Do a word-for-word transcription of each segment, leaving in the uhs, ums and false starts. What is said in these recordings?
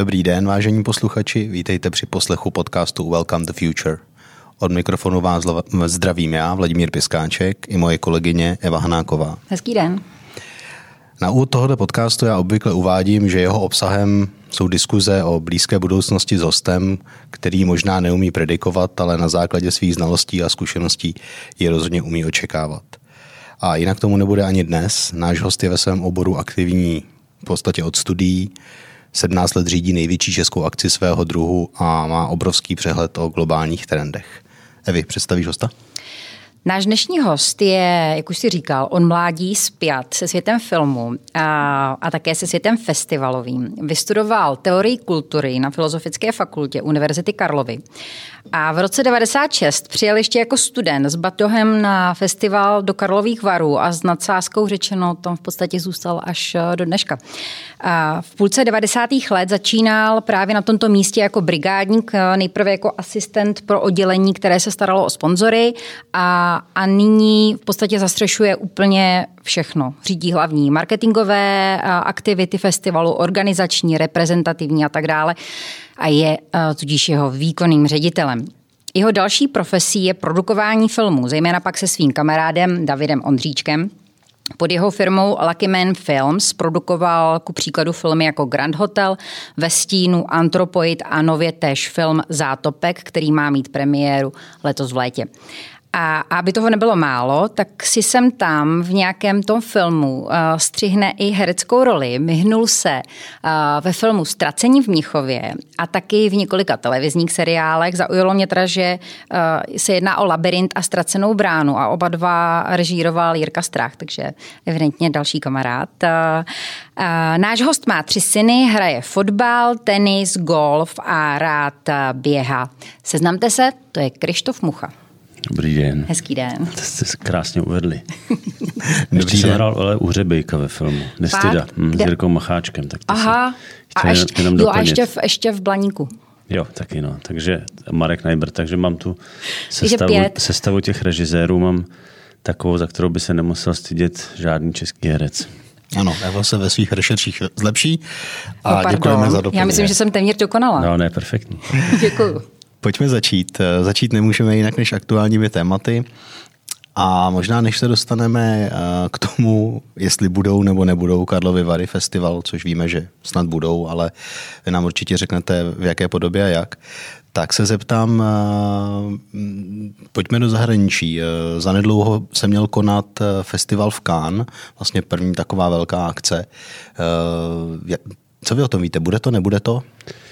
Dobrý den, vážení posluchači, vítejte při poslechu podcastu Welcome the Future. Od mikrofonu vás zdravím já, Vladimír Piskáček, i moje kolegyně Eva Hanáková. Hezký den. Na úvod tohoto podcastu já obvykle uvádím, že jeho obsahem jsou diskuze o blízké budoucnosti s hostem, který možná neumí predikovat, ale na základě svých znalostí a zkušeností je rozhodně umí očekávat. A jinak tomu nebude ani dnes. Náš host je ve svém oboru aktivní v podstatě od studií. sedmnáct let řídí největší českou akci svého druhu a má obrovský přehled o globálních trendech. Evi, představíš hosta? Náš dnešní host je, jak už jsi říkal, on mládí spjat se světem filmu a, a také se světem festivalovým. Vystudoval teorii kultury na Filozofické fakultě Univerzity Karlovy a v roce devadesát šest přijel ještě jako student s batohem na festival do Karlových Varů a s nadsázkou řečeno tam v podstatě zůstal až do dneška. A v půlce devadesátých let začínal právě na tomto místě jako brigádník, nejprve jako asistent pro oddělení, které se staralo o sponzory a, a nyní v podstatě zastřešuje úplně všechno. Řídí hlavní marketingové aktivity festivalu, organizační, reprezentativní a tak dále a je tudíž jeho výkonným ředitelem. Jeho další profesí je produkování filmů, zejména pak se svým kamarádem Davidem Ondříčkem. Pod jeho firmou Lucky Man Films produkoval ku příkladu filmy jako Grand Hotel, Ve stínu, Antropoid a nově též film Zátopek, který má mít premiéru letos v létě. A aby toho nebylo málo, tak si sem tam v nějakém tom filmu uh, střihne i hereckou roli. Myhnul se uh, ve filmu Ztracení v Mnichově a taky v několika televizních seriálech. Zaujalo mě teda, že uh, se jedná o Labyrint a Ztracenou bránu a oba dva režíroval Jirka Strach, takže evidentně další kamarád. Uh, uh, náš host má tři syny, hraje fotbal, tenis, golf a rád uh, běhá. Seznamte se, to je Krištof Mucha. Dobrý den. Hezký den. To jste se krásně uvedli. Ještě jsem hrál ale u Hřebejka ve filmu. Nestyda. Hm, s Jirkou Macháčkem. Tak to Aha. A ještě, jenom jo, a ještě, v, ještě v Blaníku. Jo, taky no. Takže Marek Najbr. Takže mám tu sestavu, sestavu těch režisérů. Mám takovou, za kterou by se nemusel stydět žádný český herec. Ano, Eva se ve svých rešerších zlepší a no, děkujeme za doplnění. Já myslím, že jsem téměř dokonala. No, ne, perfektní. Děkuju. Pojďme začít. Začít nemůžeme jinak než aktuálními tématy. A možná než se dostaneme k tomu, jestli budou nebo nebudou Karlovy Vary festival, což víme, že snad budou, ale vy nám určitě řeknete, v jaké podobě a jak, tak se zeptám, pojďme do zahraničí. Zanedlouho se měl konat festival v Cannes, vlastně první taková velká akce. Co vy o tom víte? Bude to, nebude to?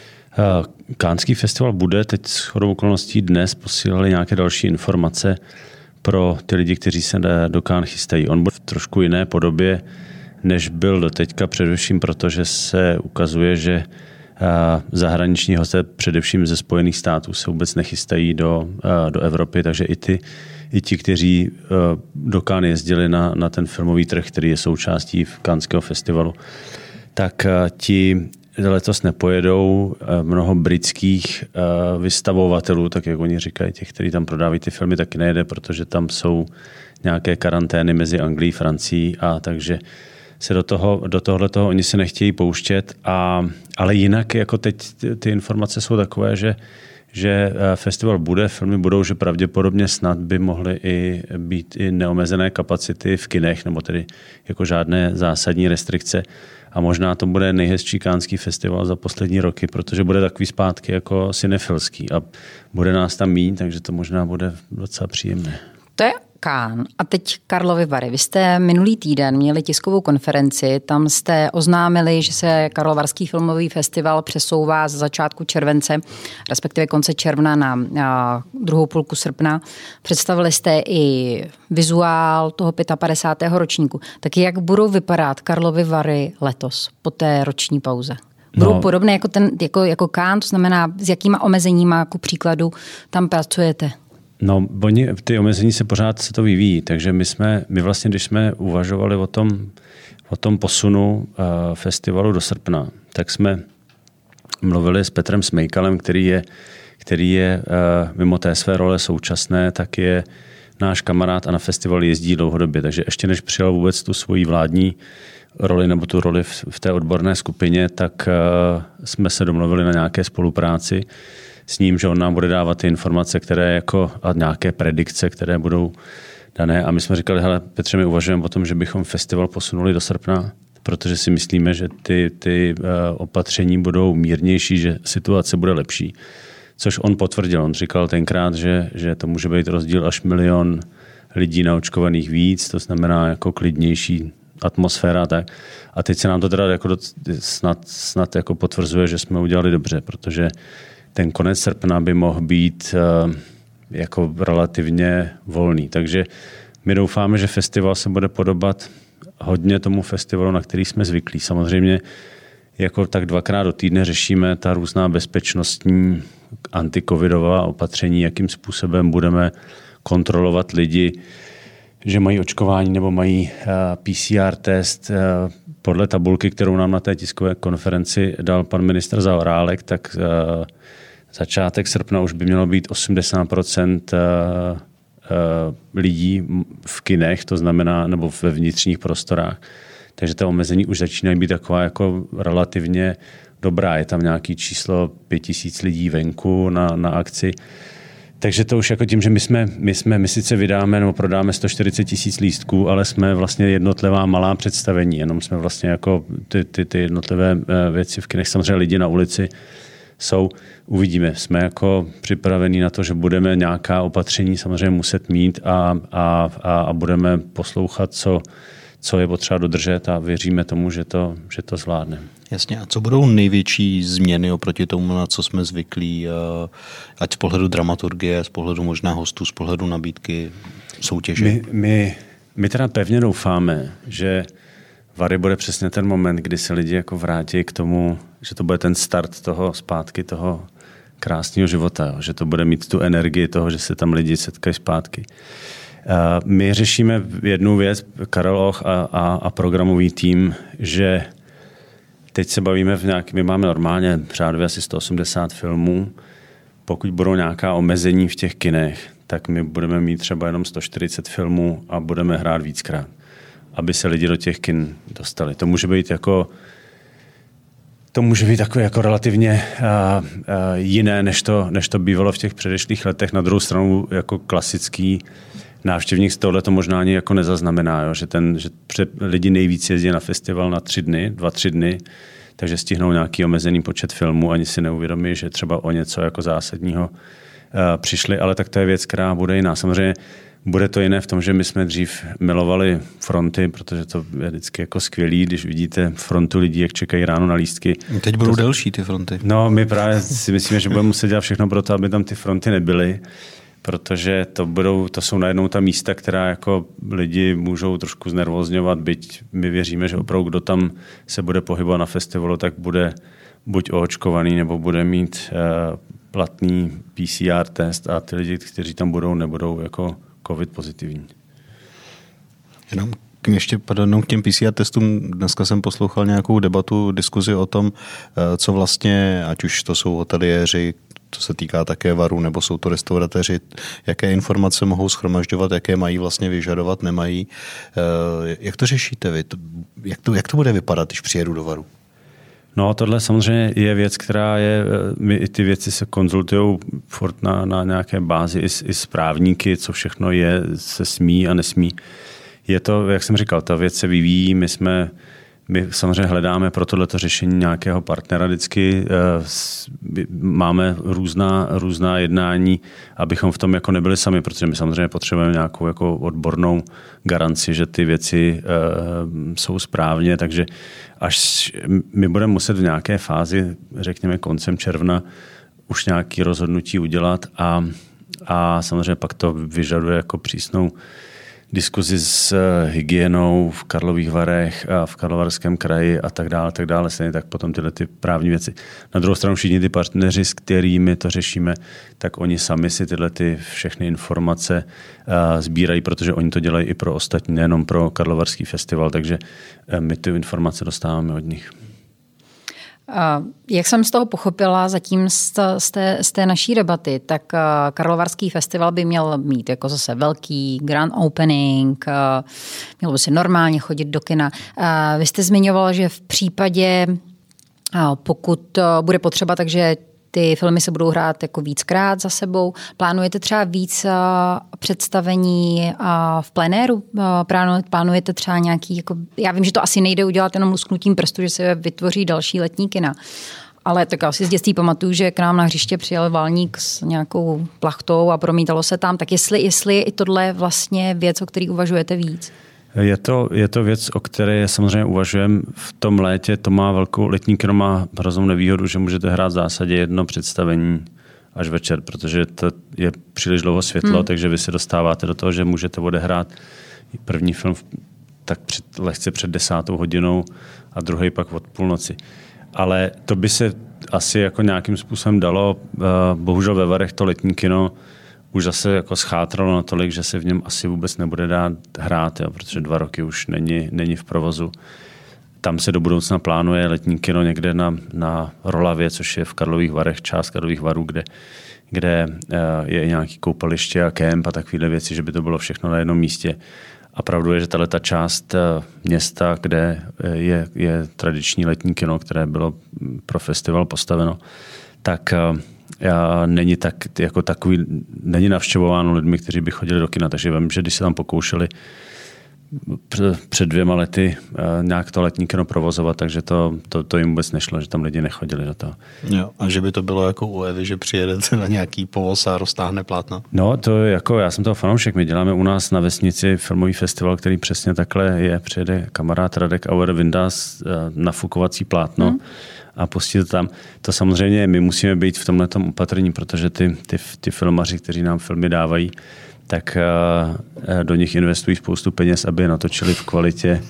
Canneský festival bude, teď shodou okolností dnes posílali nějaké další informace pro ty lidi, kteří se do Cannes chystají. On bude v trošku jiné podobě, než byl doteďka, především protože se ukazuje, že zahraniční hosté, především ze Spojených států, se vůbec nechystají do, do Evropy, takže i, ty, i ti, kteří do Cannes jezdili na, na ten filmový trh, který je součástí Canneského festivalu, tak ti letos nepojedou. Mnoho britských vystavovatelů, tak jak oni říkají, těch, kteří tam prodávají ty filmy, taky nejede, protože tam jsou nějaké karantény mezi Anglií a Francií, a takže se do toho, do tohohletoho oni se nechtějí pouštět. A, ale jinak jako teď ty informace jsou takové, že, že festival bude, filmy budou, že pravděpodobně snad by mohly i být i neomezené kapacity v kinech, nebo tedy jako žádné zásadní restrikce. A možná to bude nejhezčí canneský festival za poslední roky, protože bude takový zpátky jako cinefilský a bude nás tam mít, takže to možná bude docela příjemné. To je Cannes. A teď Karlovy Vary. Vy jste minulý týden měli tiskovou konferenci, tam jste oznámili, že se Karlovarský filmový festival přesouvá z začátku července, respektive konce června na, na druhou půlku srpna. Představili jste i vizuál toho padesátého pátého ročníku. Tak jak budou vypadat Karlovy Vary letos po té roční pauze? Budou no, podobné jako, ten, jako, jako Cannes, to znamená, s jakýma omezeníma, ku příkladu, tam pracujete? No, oni, ty omezení se pořád se to vyvíjí, takže my jsme, my vlastně, když jsme uvažovali o tom, o tom posunu uh, festivalu do srpna, tak jsme mluvili s Petrem Smejkalem, který je, který je uh, mimo té své role současné, tak je náš kamarád a na festival jezdí dlouhodobě, takže ještě než přijal vůbec tu svoji vládní roli nebo tu roli v, v té odborné skupině, tak uh, jsme se domluvili na nějaké spolupráci s ním, že on nám bude dávat ty informace, které jako a nějaké predikce, které budou dané. A my jsme říkali, hele Petře, my uvažujeme o tom, že bychom festival posunuli do srpna, protože si myslíme, že ty, ty uh, opatření budou mírnější, že situace bude lepší. Což on potvrdil. On říkal tenkrát, že, že to může být rozdíl až milion lidí naočkovaných víc, to znamená jako klidnější atmosféra. Tak. A teď se nám to teda jako snad, snad jako potvrzuje, že jsme udělali dobře, protože ten konec srpna by mohl být uh, jako relativně volný. Takže my doufáme, že festival se bude podobat hodně tomu festivalu, na který jsme zvyklí. Samozřejmě jako tak dvakrát do týdne řešíme ta různá bezpečnostní antikovidová opatření, jakým způsobem budeme kontrolovat lidi, že mají očkování nebo mají P C R test. Podle tabulky, kterou nám na té tiskové konferenci dal pan ministr Zaorálek, tak začátek srpna už by mělo být osmdesát procent lidí v kinech, to znamená, nebo ve vnitřních prostorách. Takže ta omezení už začínají být taková jako relativně dobrá. Je tam nějaké číslo pět tisíc lidí venku na, na akci. Takže to už jako tím, že my jsme, my jsme, my sice vydáme nebo prodáme sto čtyřicet tisíc lístků, ale jsme vlastně jednotlivá malá představení, jenom jsme vlastně jako ty, ty, ty jednotlivé věci v kinech. Samozřejmě lidi na ulici jsou, uvidíme. Jsme jako připravení na to, že budeme nějaká opatření samozřejmě muset mít a, a, a, a budeme poslouchat, co co je potřeba dodržet a věříme tomu, že to, že to zvládne. Jasně. A co budou největší změny oproti tomu, na co jsme zvyklí, ať z pohledu dramaturgie, z pohledu možná hostů, z pohledu nabídky, soutěže? My, my, my teda pevně doufáme, že Vary bude přesně ten moment, kdy se lidi jako vrátí k tomu, že to bude ten start toho zpátky, toho krásného života, že to bude mít tu energii toho, že se tam lidi setkají zpátky. My řešíme jednu věc, Karel Och a, a, a programový tým, že teď se bavíme v nějaký, my máme normálně řádově asi sto osmdesát filmů, pokud budou nějaká omezení v těch kinech, tak my budeme mít třeba jenom sto čtyřicet filmů a budeme hrát víckrát, aby se lidi do těch kin dostali. To může být jako To může být takové jako relativně uh, uh, jiné, než to, než to bývalo v těch předešlých letech. Na druhou stranu jako klasický návštěvník z tohle to možná ani jako nezaznamená, jo? Že, ten, že lidi nejvíc jezdí na festival na tři dny, dva, tři dny, takže stihnou nějaký omezený počet filmů, ani si neuvědomí, že třeba o něco jako zásadního uh, přišli, ale tak to je věc, která bude jiná. Samozřejmě bude to jiné v tom, že my jsme dřív milovali fronty, protože to je vždycky jako skvělý, když vidíte frontu lidí, jak čekají ráno na lístky. Teď budou to delší ty fronty. No, my právě si myslíme, že budeme muset dělat všechno pro to, aby tam ty fronty nebyly, protože to, budou, to jsou najednou ta místa, která jako lidi můžou trošku znervozňovat, byť my věříme, že opravdu kdo tam se bude pohybovat na festivalu, tak bude buď oočkovaný, nebo bude mít uh, platný P C R test a ty lidi, kteří tam budou, nebudou jako covid pozitivní. Jenom k, ještě pardon, k těm P C R testům. Dneska jsem poslouchal nějakou debatu, diskuzi o tom, co vlastně, ať už to jsou hoteliéři, co se týká také Varu, nebo jsou to restauratéři, jaké informace mohou shromažďovat, jaké mají vlastně vyžadovat, nemají. Jak to řešíte vy? Jak to, jak to bude vypadat, když přijedu do Varu? No, tohle samozřejmě je věc, která je, my ty věci se konzultují furt na, na nějaké bázi i s, i s právníky, co všechno je, se smí a nesmí. Je to, jak jsem říkal, ta věc se vyvíjí, my jsme, my samozřejmě hledáme pro tohleto řešení nějakého partnera vždycky, máme různá, různá jednání, abychom v tom jako nebyli sami, protože my samozřejmě potřebujeme nějakou jako odbornou garanci, že ty věci uh, jsou správně, takže až my budeme muset v nějaké fázi, řekněme koncem června, už nějaké rozhodnutí udělat a, a samozřejmě pak to vyžaduje jako přísnou diskuzi s hygienou v Karlových Varech a v Karlovarském kraji a tak dále, tak dále, stejně tak potom tyhle ty právní věci. Na druhou stranu všichni ty partneři, s kterými to řešíme, tak oni sami si tyhle ty všechny informace sbírají, protože oni to dělají i pro ostatní, nejenom pro Karlovarský festival, takže my ty informace dostáváme od nich. Jak jsem z toho pochopila zatím z té, z té naší debaty, tak Karlovarský festival by měl mít jako zase velký grand opening, mělo by se normálně chodit do kina. Vy jste zmiňoval, že v případě, pokud bude potřeba, takže ty filmy se budou hrát jako víckrát za sebou. Plánujete třeba víc představení v plenéru? Plánujete třeba nějaký, jako, já vím, že to asi nejde udělat jenom lusknutím prstu, že se vytvoří další letní kina. Ale tak asi z dětství pamatuju, že k nám na hřiště přijel Valník s nějakou plachtou a promítalo se tam. Tak jestli, jestli je i tohle vlastně věc, o který uvažujete víc? Je to, je to věc, o které samozřejmě uvažujeme. V tom létě to má velkou, letní kino má hroznou nevýhodu, že můžete hrát v zásadě jedno představení až večer, protože to je příliš dlouho světlo, hmm. takže vy se dostáváte do toho, že můžete odehrát první film tak před, lehce před desátou hodinou a druhý pak od půlnoci. Ale to by se asi jako nějakým způsobem dalo. Bohužel ve Varech to letní kino už zase jako schátralo natolik, že se v něm asi vůbec nebude dát hrát, jo, protože dva roky už není, není v provozu. Tam se do budoucna plánuje letní kino někde na, na Rolavě, což je v Karlových Varech, část Karlových Varů, kde, kde je nějaký koupaliště a kemp a takovéhle věci, že by to bylo všechno na jednom místě. A pravdu je, že tato část města, kde je, je tradiční letní kino, které bylo pro festival postaveno, tak není tak, jako takový, není navštěvováno lidmi, kteří by chodili do kina. Takže vím, že když se tam pokoušeli před dvěma lety nějak to letní kino provozovat, takže to, to, to jim vůbec nešlo, že tam lidi nechodili do toho. Jo, a že by to bylo jako u Evy, že přijedete na nějaký povoz a roztáhne plátno? No, to jako, já jsem toho fanoušek. My děláme u nás na vesnici filmový festival, který přesně takhle je. Přijede kamarád Radek Auer, vyndá nafukovací plátno hmm. a pustí to tam. To samozřejmě my musíme být v tomhletom opatrní, protože ty, ty, ty filmaři, kteří nám filmy dávají, tak do nich investují spoustu peněz, aby je natočili v kvalitě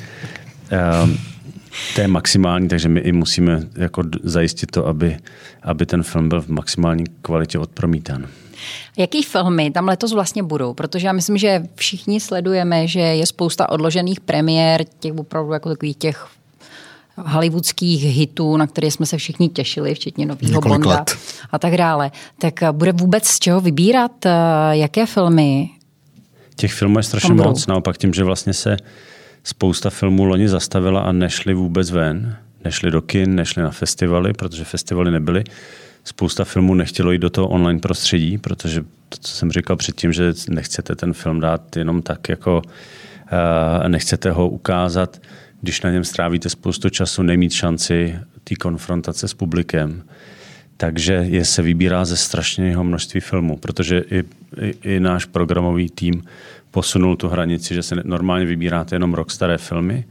té maximální, takže my i musíme jako zajistit to, aby, aby ten film byl v maximální kvalitě odpromítán. Jaký filmy tam letos vlastně budou? Protože já myslím, že všichni sledujeme, že je spousta odložených premiér, těch opravdu jako takových těch hollywoodských hitů, na které jsme se všichni těšili, včetně nového Bonda let. A tak dále. Tak bude vůbec z čeho vybírat? Jaké filmy? Těch filmů je strašně moc. Naopak tím, že vlastně se spousta filmů loni zastavila a nešli vůbec ven. Nešli do kin, nešli na festivaly, protože festivaly nebyly. Spousta filmů nechtělo jít do toho online prostředí, protože to, co jsem říkal předtím, že nechcete ten film dát jenom tak, jako uh, nechcete ho ukázat, když na něm strávíte spoustu času, nemít šanci té konfrontace s publikem. Takže je se vybírá ze strašného množství filmů, protože i, i, i náš programový tým posunul tu hranici, že se normálně vybíráte jenom rok staré filmy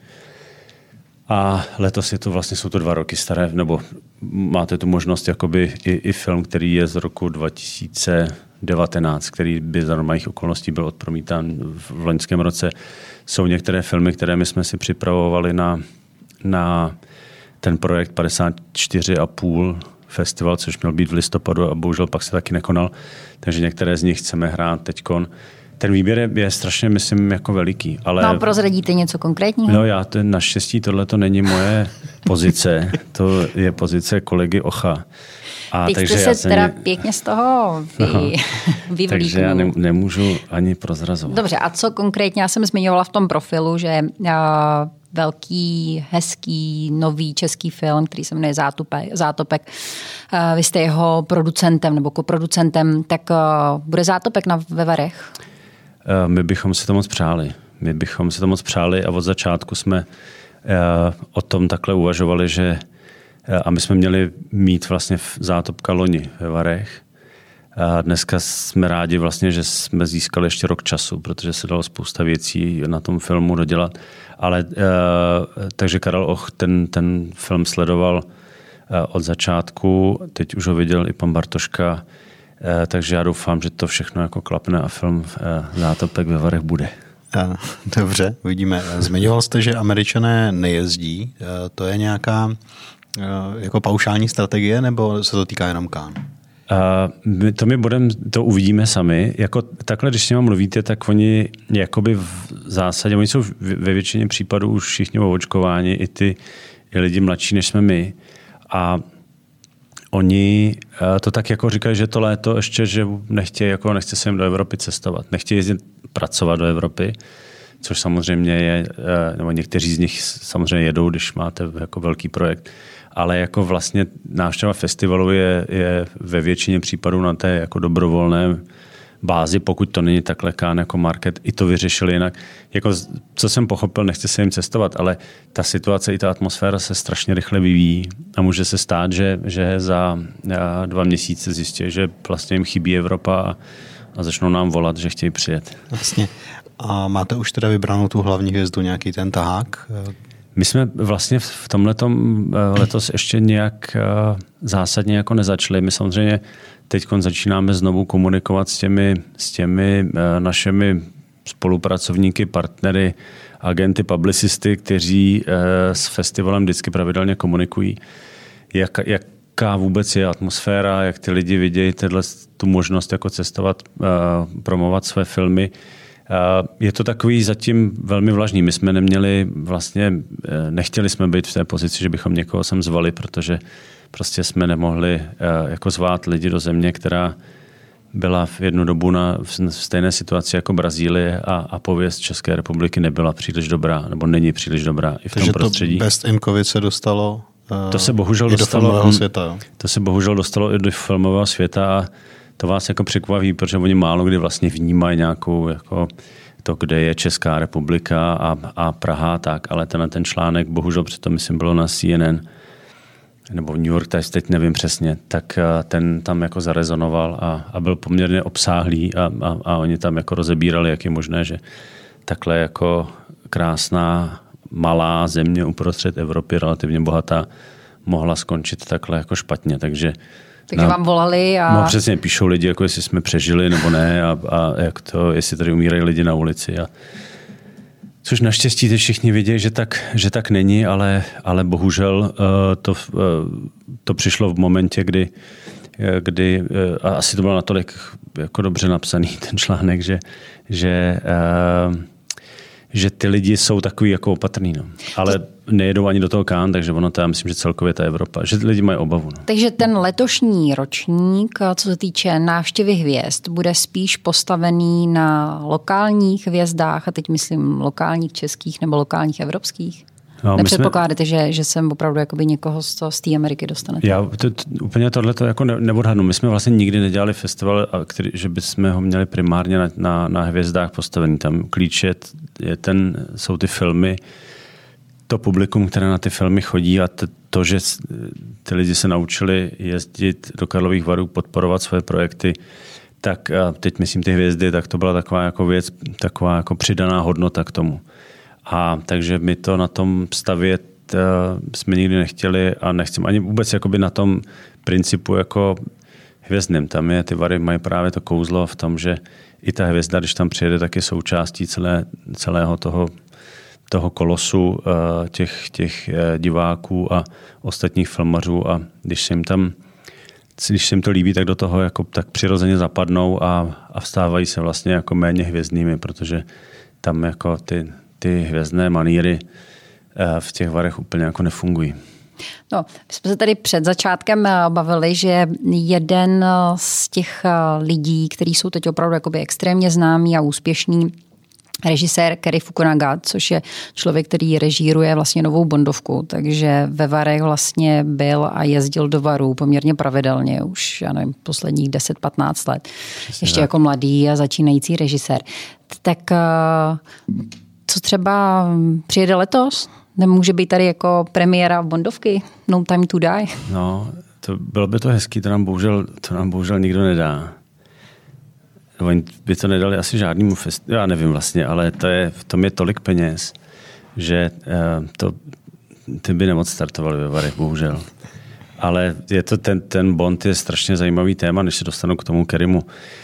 a letos je to vlastně, jsou to dva roky staré, nebo máte tu možnost jakoby i, i film, který je z roku dva tisíce devatenáct, který by za normálních okolností byl odpromítán v loňském roce. Jsou některé filmy, které my jsme si připravovali na, na ten projekt padesát čtyři a půl festival, což měl být v listopadu a bohužel pak se taky nekonal. Takže některé z nich chceme hrát teďkon. Ten výběr je, je strašně, myslím, jako veliký. Ale... No, prozradíte něco konkrétního? No já, to, naštěstí tohle to není moje pozice. To je pozice kolegy Ocha. A teď takže jste se já teda mě... pěkně z toho vy... vyvlíknul. Takže já ne, nemůžu ani prozrazovat. Dobře, a co konkrétně? Já jsem zmiňovala v tom profilu, že uh, velký, hezký, nový český film, který se jmenuje Zátopek. Zátopek. Uh, vy jste jeho producentem nebo koproducentem, tak uh, bude Zátopek na, ve Varech? Uh, my bychom si to moc přáli. My bychom si to moc přáli a od začátku jsme uh, o tom takhle uvažovali, že a my jsme měli mít vlastně Zátopka loni ve Varech. A dneska jsme rádi vlastně, že jsme získali ještě rok času, protože se dalo spousta věcí na tom filmu dodělat. Ale takže Karel Och ten, ten film sledoval od začátku, teď už ho viděl i pan Bartoška, takže já doufám, že to všechno jako klapne a film Zátopek ve Varech bude. Dobře, uvidíme. Zmiňoval jste, že Američané nejezdí. To je nějaká jako paušální strategie, nebo se to týká jenom Cannes? Uh, to my budem, to uvidíme sami. Jako takhle, když s nimi mluvíte, tak oni jakoby v zásadě, oni jsou ve většině případů už všichni očkováni, i ty i lidi mladší, než jsme my. A oni to tak jako říkají, že to léto ještě, že nechtějí, jako nechce se jim do Evropy cestovat, nechtějí jezdit pracovat do Evropy, což samozřejmě je, nebo někteří z nich samozřejmě jedou, když máte jako velký projekt, ale jako vlastně návštěva festivalu je, je ve většině případů na té jako dobrovolné bázi, pokud to není takhle kán jako market, i to vyřešili jinak. Jako, co jsem pochopil, nechce se jim cestovat, ale ta situace i ta atmosféra se strašně rychle vyvíjí a může se stát, že, že za dva měsíce zjistí, že vlastně jim chybí Evropa a, a začnou nám volat, že chtějí přijet. Vlastně. A máte už teda vybranou tu hlavní hvězdu, nějaký ten tahák? My jsme vlastně v tomhletom letos ještě nějak zásadně jako nezačali. My samozřejmě teď začínáme znovu komunikovat s těmi, s těmi našimi spolupracovníky, partnery, agenty, publicisty, kteří s festivalem vždycky pravidelně komunikují. Jak, jaká vůbec je atmosféra, jak ty lidi vidějí tenhle, tu možnost jako cestovat, promovat své filmy. Je to takový zatím velmi vlažný. My jsme neměli vlastně, nechtěli jsme být v té pozici, že bychom někoho sem zvali, protože prostě jsme nemohli jako zvát lidi do země, která byla v jednu dobu na, v stejné situaci jako Brazílie a, a pověst České republiky nebyla příliš dobrá, nebo není příliš dobrá i v tom Takže prostředí. To Best in COVID se dostalo to se bohužel i do dostalo, filmového světa. Jo? To se bohužel dostalo i do filmového světa a to vás jako překvaví, protože oni málo kdy vlastně vnímají nějakou jako to, kde je Česká republika a, a Praha, tak, ale tenhle ten článek, bohužel přitom myslím bylo na C N N nebo v New York Times, teď nevím přesně, tak ten tam jako zarezonoval a, a byl poměrně obsáhlý a, a, a oni tam jako rozebírali, jak je možné, že takhle jako krásná malá země uprostřed Evropy, relativně bohatá, mohla skončit takhle jako špatně, takže Takže no, vám volali a... No přesně, píšou lidi, jako jestli jsme přežili nebo ne a, a jak to, jestli tady umírají lidi na ulici. A... Což naštěstí teď všichni vědí, že tak, že tak není, ale, ale bohužel uh, to, uh, to přišlo v momentě, kdy, kdy uh, a asi to bylo natolik jako dobře napsaný ten článek, že, že uh, že ty lidi jsou takový jako opatrný. No. Ale nejedou ani do toho Cannes, takže ono to já myslím, že celkově ta Evropa, že lidi mají obavu. No. Takže ten letošní ročník, co se týče návštěvy hvězd, bude spíš postavený na lokálních hvězdách, a teď myslím lokálních českých nebo lokálních evropských? No, nepředpokládáte, jsme... že, že sem opravdu jakoby někoho z, z té Ameriky dostanete? Já to, to, úplně tohle to jako ne, neodhadnu. My jsme vlastně nikdy nedělali festival, který, že bychom ho měli primárně na, na, na hvězdách postavený. Tam klíč je, je ten, jsou ty filmy, to publikum, které na ty filmy chodí a to, to, že ty lidi se naučili jezdit do Karlových Varů, podporovat své projekty, tak a teď myslím ty hvězdy, tak to byla taková jako věc, taková jako přidaná hodnota k tomu. A takže my to na tom stavět uh, jsme nikdy nechtěli a nechceme ani vůbec jakoby na tom principu jako hvězdným. Tam je, ty Vary mají právě to kouzlo v tom, že i ta hvězda, když tam přijede, tak je součástí celé, celého toho, toho kolosu uh, těch, těch uh, diváků a ostatních filmařů a když se jim tam když se jim to líbí, tak do toho jako, tak přirozeně zapadnou a, a vstávají se vlastně jako méně hvězdnými, protože tam jako ty ty hvězdné maníry v těch Varech úplně jako nefungují. No, my jsme se tady před začátkem bavili, že jeden z těch lidí, kteří jsou teď opravdu jakoby extrémně známý a úspěšný, režisér Cary Fukunaga, což je člověk, který režíruje vlastně novou Bondovku, takže ve Varech vlastně byl a jezdil do Varů poměrně pravidelně, už já nevím, posledních deset patnáct let. Přesně ještě tak. Jako mladý a začínající režisér. Tak co třeba přijede letos? Nemůže být tady jako premiéra Bondovky? No Time to Die? No, to bylo by to hezký, to nám bohužel, to nám bohužel nikdo nedá. Oni by to nedali asi žádnému festivalu, já nevím vlastně, ale to je, v tom je tolik peněz, že to, ty by nemoc startovali ve Varech, bohužel. Ale je to ten, ten Bond je strašně zajímavý téma, než se dostanu k tomu Carymu.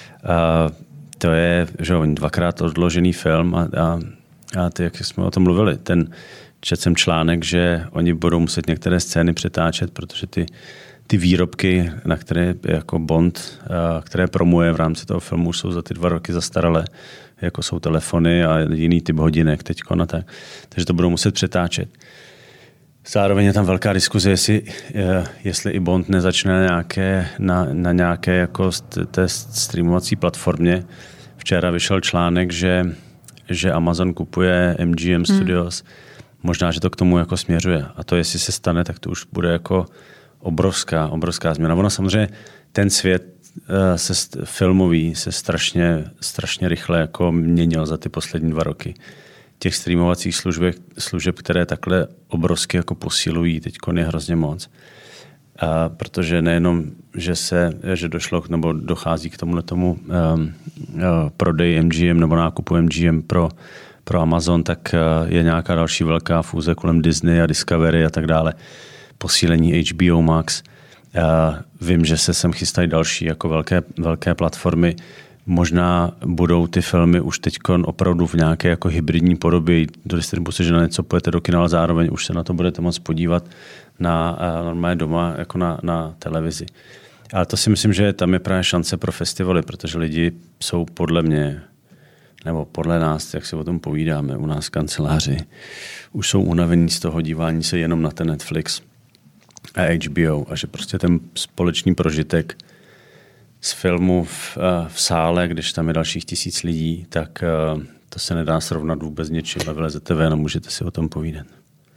To je, že oni dvakrát odložený film a, a A ty, jak jsme o tom mluvili, ten četl jsem článek, že oni budou muset některé scény přetáčet, protože ty, ty výrobky, na které jako Bond, které promuje v rámci toho filmu, jsou za ty dva roky zastaralé, jako jsou telefony a jiný typ hodinek teďko na tak. Takže to budou muset přetáčet. Zároveň je tam velká diskuze, jestli, jestli i Bond nezačne nějaké, na, na nějaké jako té streamovací platformě. Včera vyšel článek, že, že Amazon kupuje M G M Studios. Hmm. Možná, že to k tomu jako směřuje. A to, jestli se stane, tak to už bude jako obrovská, obrovská změna. Ono samozřejmě ten svět se filmový se strašně, strašně rychle jako měnil za ty poslední dva roky. Těch streamovacích služeb, služeb, které takhle obrovsky jako posilují, teď je hrozně moc. A protože nejenom, že se, že došlo, nebo dochází k tomuhle tomu um, uh, prodej M G M nebo nákupu M G M pro, pro Amazon, tak uh, je nějaká další velká fúze kolem Disney a Discovery a tak dále. Posílení H B O Max. Uh, vím, že se sem chystají další jako velké, velké platformy. Možná budou ty filmy už teď opravdu v nějaké jako hybridní podobě do distribuce, že na něco pojete do kina, ale zároveň už se na to budete moct podívat na normálně doma, jako na, na televizi. Ale to si myslím, že tam je právě šance pro festivaly, protože lidi jsou podle mě, nebo podle nás, jak si o tom povídáme u nás v kanceláři, už jsou unavení z toho dívání se jenom na ten Netflix a H B O a že prostě ten společný prožitek z filmu v, v sále, když tam je dalších tisíc lidí, tak to se nedá srovnat vůbec něčím a vylezete ven a můžete si o tom povídat.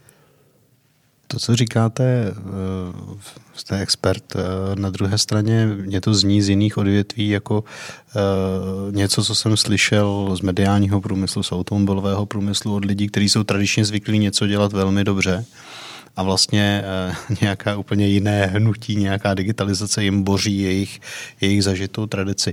To, co říkáte, jste expert, na druhé straně mě to zní z jiných odvětví jako něco, co jsem slyšel z mediálního průmyslu, z automobilového průmyslu od lidí, kteří jsou tradičně zvyklí něco dělat velmi dobře a vlastně nějaká úplně jiné hnutí, nějaká digitalizace jim boří jejich, jejich zažitou tradici.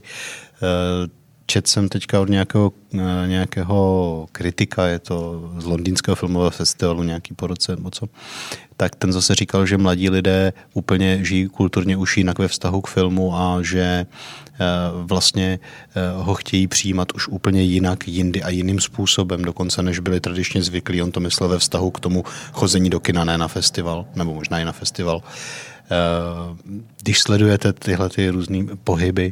Četl jsem teďka od nějakého, nějakého kritika, je to z londýnského filmového festivalu, nějaký po roce nebo co, tak ten zase říkal, že mladí lidé úplně žijí kulturně už jinak ve vztahu k filmu a že vlastně ho chtějí přijímat už úplně jinak, jindy a jiným způsobem, dokonce než byli tradičně zvyklí. On to myslel ve vztahu k tomu chození do kina, ne na festival, nebo možná i na festival. Když sledujete tyhle ty různé pohyby,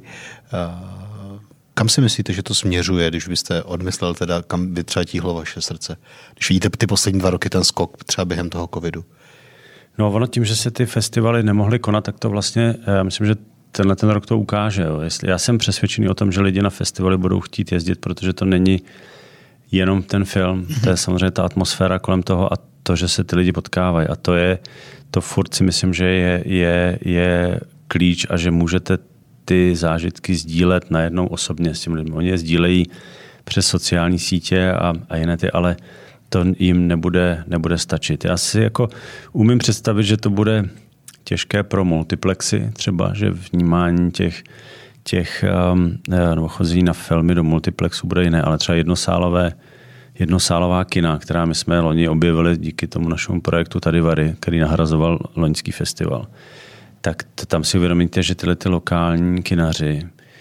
kam si myslíte, že to směřuje, když byste odmyslel teda, kam by třeba tíhlo vaše srdce? Když vidíte ty poslední dva roky ten skok třeba během toho covidu. No ono tím, že se ty festivaly nemohly konat, tak to vlastně, já myslím, že tenhle ten rok to ukáže. Jo. Jestli, já jsem přesvědčený o tom, že lidi na festivaly budou chtít jezdit, protože to není jenom ten film, mm-hmm. to je samozřejmě ta atmosféra kolem toho a to, že se ty lidi potkávají. A to je, to furt si myslím, že je, je, je klíč a že můžete ty zážitky sdílet najednou osobně s těmi lidmi. Oni je sdílejí přes sociální sítě a, a jiné ty, ale to jim nebude, nebude stačit. Já si jako umím představit, že to bude těžké pro multiplexy, třeba, že vnímání těch, těch um, nebo chození na filmy do multiplexu bude jiné, ale třeba jednosálové, jednosálová kina, která my jsme loni objevili díky tomu našemu projektu Tady, který nahrazoval loňský festival. Tak to, tam si uvědomíte, že tyhle ty lokální kinaři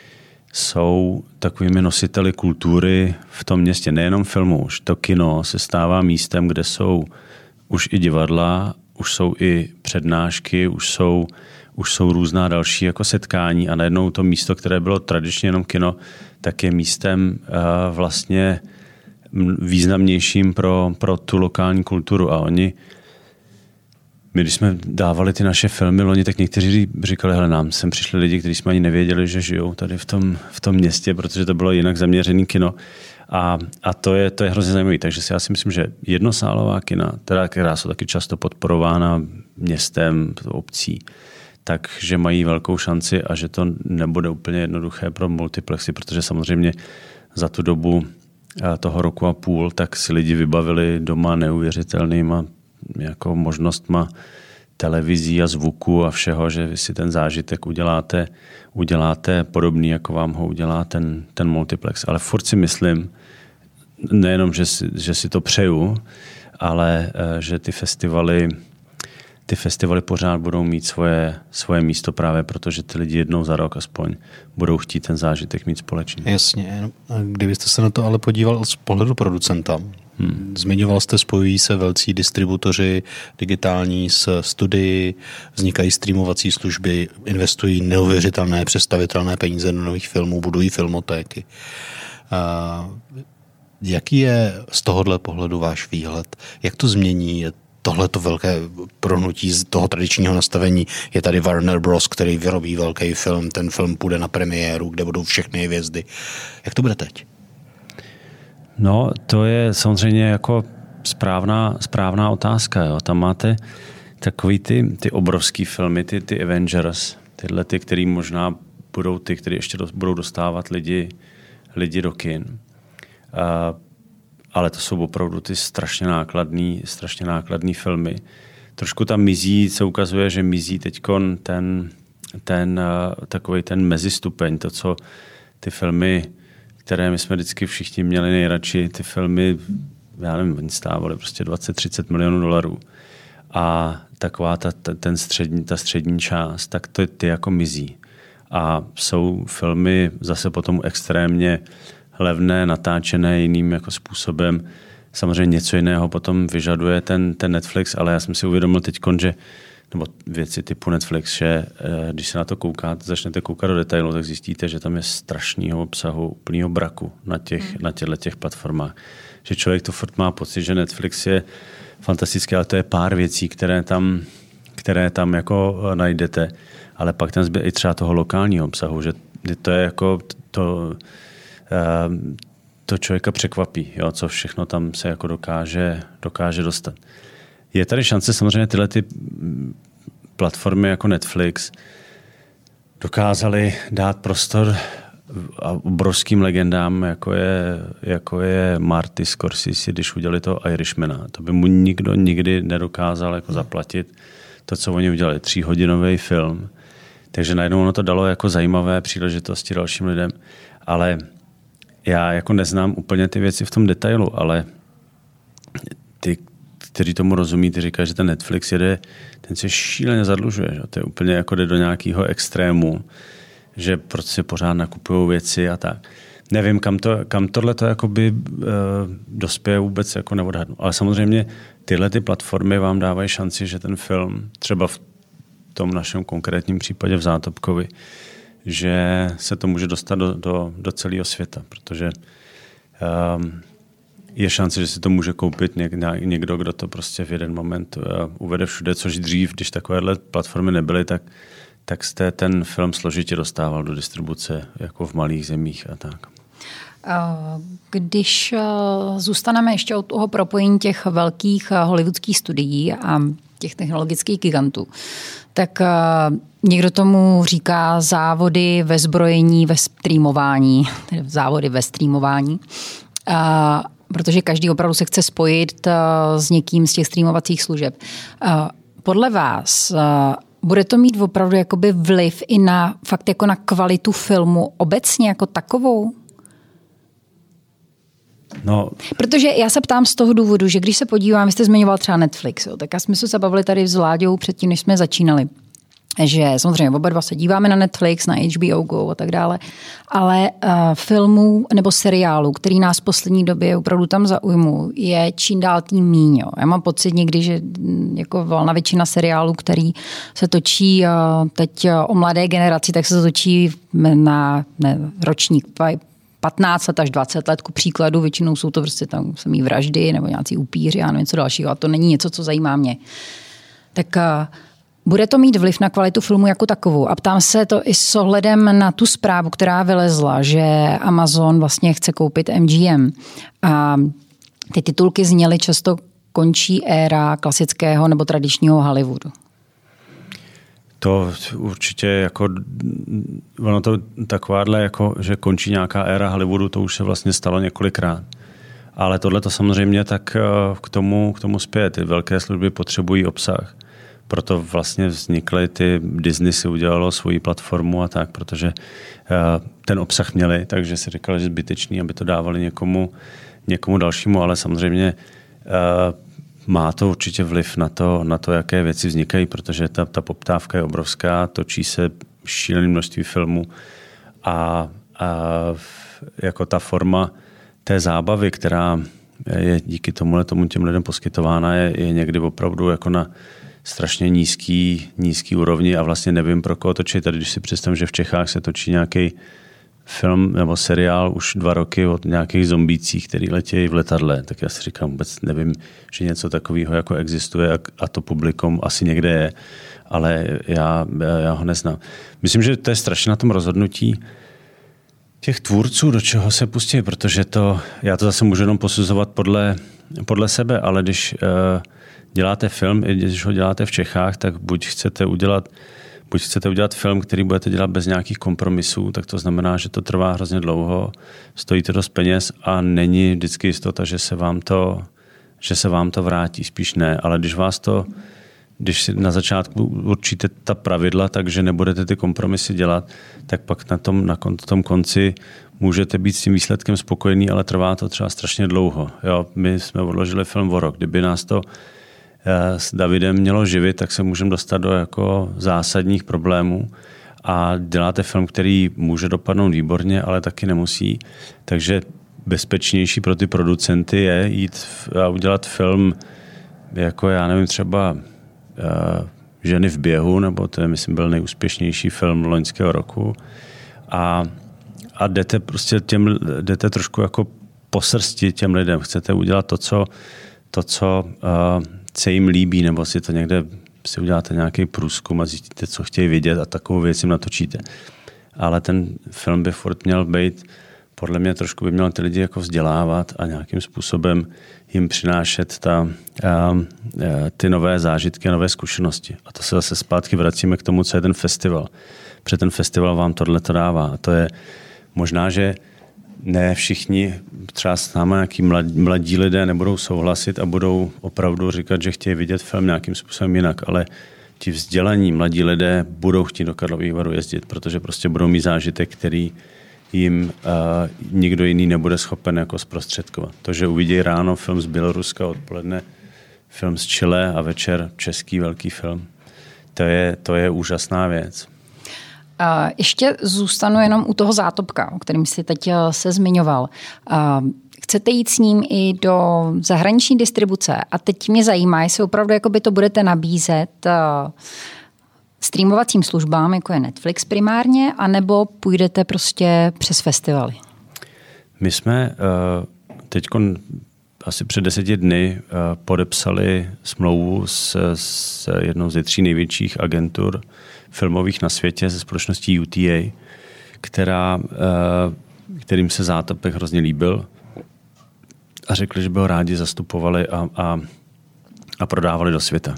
jsou takovými nositeli kultury v tom městě, nejenom filmu. Už to kino se stává místem, kde jsou už i divadla, už jsou i přednášky, už jsou, už jsou různá další jako setkání a najednou to místo, které bylo tradičně jenom kino, tak je místem uh, vlastně významnějším pro, pro tu lokální kulturu a oni my, když jsme dávali ty naše filmy loni, tak někteří říkali, hele, nám sem přišli lidi, kteří jsme ani nevěděli, že žijou tady v tom, v tom městě, protože to bylo jinak zaměřený kino. A, a to je, to je hrozně zajímavé. Takže si já si myslím, že jednosálová kina, teda, která jsou taky často podporována městem, obcí, takže mají velkou šanci a že to nebude úplně jednoduché pro multiplexy, protože samozřejmě za tu dobu toho roku a půl, tak si lidi vybavili doma neuvěřitelnýma jako možnostma televizí a zvuku a všeho, že vy si ten zážitek uděláte, uděláte podobný, jako vám ho udělá ten, ten multiplex. Ale furt si myslím, nejenom, že si, že si to přeju, ale že ty festivaly, ty festivaly pořád budou mít svoje, svoje místo právě, protože ty lidi jednou za rok aspoň budou chtít ten zážitek mít společně. Jasně. Kdybyste se na to ale podíval z pohledu producenta, Hmm. Zmiňoval jste, spojují se velcí distributoři digitální s studii, vznikají streamovací služby, investují neuvěřitelné, představitelné peníze do nových filmů, budují filmotéky. A jaký je z tohohle pohledu váš výhled? Jak to změní tohleto velké prohnutí z toho tradičního nastavení. Je tady Warner Bros., který vyrobí velký film, ten film půjde na premiéru, kde budou všechny hvězdy. Jak to bude teď? No, to je samozřejmě jako správná, správná otázka. Jo. Tam máte takový ty, ty obrovský filmy, ty, ty Avengers, tyhle ty, který možná budou ty, které ještě do, budou dostávat lidi, lidi do kin. Uh, ale to jsou opravdu ty strašně nákladný, strašně nákladný filmy. Trošku tam mizí, se ukazuje, že mizí teďkon ten, ten uh, takový ten mezistupeň, to, co ty filmy, které my jsme vždycky všichni měli nejradši, ty filmy, já nevím, oni stávaly prostě dvacet třicet milionů dolarů. A taková ta, ta, ten střední, ta střední část, tak to ty jako mizí. A jsou filmy zase potom extrémně levné, natáčené jiným jako způsobem. Samozřejmě něco jiného potom vyžaduje ten, ten Netflix, ale já jsem si uvědomil teďkon, že nebo věci typu Netflix, že když se na to koukáte, začnete koukat do detailu, tak zjistíte, že tam je strašného obsahu, úplného braku na těch, hmm. na těchto těch platformách. Že člověk to furt má pocit, že Netflix je fantastický, ale to je pár věcí, které tam, které tam jako najdete. Ale pak tam zbyde i třeba toho lokálního obsahu, že to je jako to, to člověka překvapí, jo, co všechno tam se jako dokáže, dokáže dostat. Je tady šance samozřejmě tyhle ty platformy jako Netflix dokázaly dát prostor a obrovským legendám, jako je, jako je Marty Scorsese, když udělali toho Irishmana. To by mu nikdo nikdy nedokázal jako zaplatit to, co oni udělali. Tříhodinový film. Takže najednou ono to dalo jako zajímavé příležitosti dalším lidem. Ale já jako neznám úplně ty věci v tom detailu, ale ty, kteří tomu rozumí, ty říkají, že ten Netflix jede, ten se šíleně zadlužuje. Že? To je úplně jako jde do nějakého extrému, že prostě pořád nakupují věci a tak. Nevím, kam, to, kam tohle to jakoby uh, dospěje vůbec jako neodhadnu. Ale samozřejmě tyhle ty platformy vám dávají šanci, že ten film, třeba v tom našem konkrétním případě v Zátopkovi, že se to může dostat do, do, do celého světa, protože um, je šance, že si to může koupit někdo, kdo to prostě v jeden moment uh, uvede všude, což dřív, když takovéhle platformy nebyly, tak tak jste ten film složitě dostával do distribuce jako v malých zemích a tak. Když zůstaneme ještě od toho propojení těch velkých hollywoodských studií a těch technologických gigantů, tak někdo tomu říká závody ve zbrojení, ve streamování, tedy závody ve streamování, protože každý opravdu se chce spojit s někým z těch streamovacích služeb. Podle vás bude to mít opravdu jakoby vliv i na fakt jako na kvalitu filmu obecně jako takovou? No. Protože já se ptám z toho důvodu, že když se podívám, vy jste zmiňoval třeba Netflix, jo, tak jsme se bavili tady s Láďou předtím, než jsme začínali, že samozřejmě oba dva se díváme na Netflix, na H B O Go a tak dále, ale uh, filmů nebo seriálů, který nás v poslední době opravdu tam zaujmou, je čím dál tím míň. Jo. Já mám pocit někdy, že jako valná většina seriálů, který se točí uh, teď uh, o mladé generaci, tak se to točí na ne, ročník patnáct let až dvacet let, ku příkladu, většinou jsou to prostě tam samý vraždy nebo nějací upíři a něco dalšího a to není něco, co zajímá mě. Tak uh, bude to mít vliv na kvalitu filmu jako takovou. A ptám se to i s ohledem na tu zprávu, která vylezla, že Amazon vlastně chce koupit M G M. A ty titulky zněly často končí éra klasického nebo tradičního Hollywoodu. To určitě jako, ono to takováhle, jako, že končí nějaká éra Hollywoodu, to už se vlastně stalo několikrát. Ale tohle to samozřejmě tak k tomu, k tomu spěje. Ty velké služby potřebují obsah. Proto vlastně vznikly ty, Disney si udělalo svoji platformu a tak, protože ten obsah měli, takže si říkali, že je zbytečný, aby to dávali někomu, někomu dalšímu, ale samozřejmě má to určitě vliv na to, na to, jaké věci vznikají, protože ta, ta poptávka je obrovská, točí se šílené množství filmů a, a jako ta forma té zábavy, která je díky tomuhle tomu těm lidem poskytována, je, je někdy opravdu jako na strašně nízký, nízký úrovni a vlastně nevím, pro koho točit. Tady když si představím, že v Čechách se točí nějaký film nebo seriál už dva roky od nějakých zombících, který letějí v letadle, tak já si říkám, vůbec nevím, že něco takového jako existuje a to publikum asi někde je, ale já, já ho neznám. Myslím, že to je strašně na tom rozhodnutí těch tvůrců, do čeho se pustí, protože to, já to zase můžu jenom posuzovat podle, podle sebe, ale když uh, děláte film, i když ho děláte v Čechách, tak buď chcete udělat buď chcete udělat film, který budete dělat bez nějakých kompromisů, tak to znamená, že to trvá hrozně dlouho, stojí to dost peněz a není vždycky jistota, že se vám to, že se vám to vrátí, spíš ne, ale když vás to když si na začátku určíte ta pravidla, takže nebudete ty kompromisy dělat, tak pak na tom, na tom konci můžete být s tím výsledkem spokojený, ale trvá to třeba strašně dlouho. Jo, my jsme odložili film o rok. Kdyby nás to s Davidem mělo živit, tak se můžeme dostat do jako zásadních problémů a děláte film, který může dopadnout výborně, ale taky nemusí. Takže bezpečnější pro ty producenty je jít a udělat film jako, já nevím, třeba Ženy v běhu, nebo to je, myslím, byl nejúspěšnější film loňského roku. A, a jdete prostě těm, jdete trošku jako po srsti těm lidem. Chcete udělat to, co, to, co uh, se jim líbí, nebo si to někde si uděláte nějaký průzkum a zjistíte, co chtějí vidět a takovou věc jim natočíte. Ale ten film by furt měl být, podle mě trošku by měl ty lidi jako vzdělávat a nějakým způsobem jim přinášet ta, a, ty nové zážitky a nové zkušenosti. A to se zase zpátky vracíme k tomu, co je ten festival. Protože ten festival vám tohle to dává. A to je možná, že ne všichni, třeba s námi nějaký mladí, mladí lidé nebudou souhlasit a budou opravdu říkat, že chtějí vidět film nějakým způsobem jinak, ale ti vzdělaní mladí lidé budou chtít do Karlových Varů jezdit, protože prostě budou mít zážitek, který jim uh, nikdo jiný nebude schopen jako zprostředkovat. To, že uvidí ráno film z Běloruska, odpoledne film z Chile a večer český velký film, to je, to je úžasná věc. Uh, ještě zůstanu jenom u toho Zátopka, o kterém jsi teď se zmiňoval. Uh, chcete jít s ním i do zahraniční distribuce a teď mě zajímá, jestli opravdu jakoby to budete nabízet uh, streamovacím službám, jako je Netflix primárně, anebo půjdete prostě přes festivaly? My jsme uh, teď asi před deseti dny uh, podepsali smlouvu s, s jednou ze tří největších agentur filmových na světě, ze společností U T A, která, uh, kterým se Zátopek hrozně líbil a řekli, že by ho rádi zastupovali a, a, a prodávali do světa.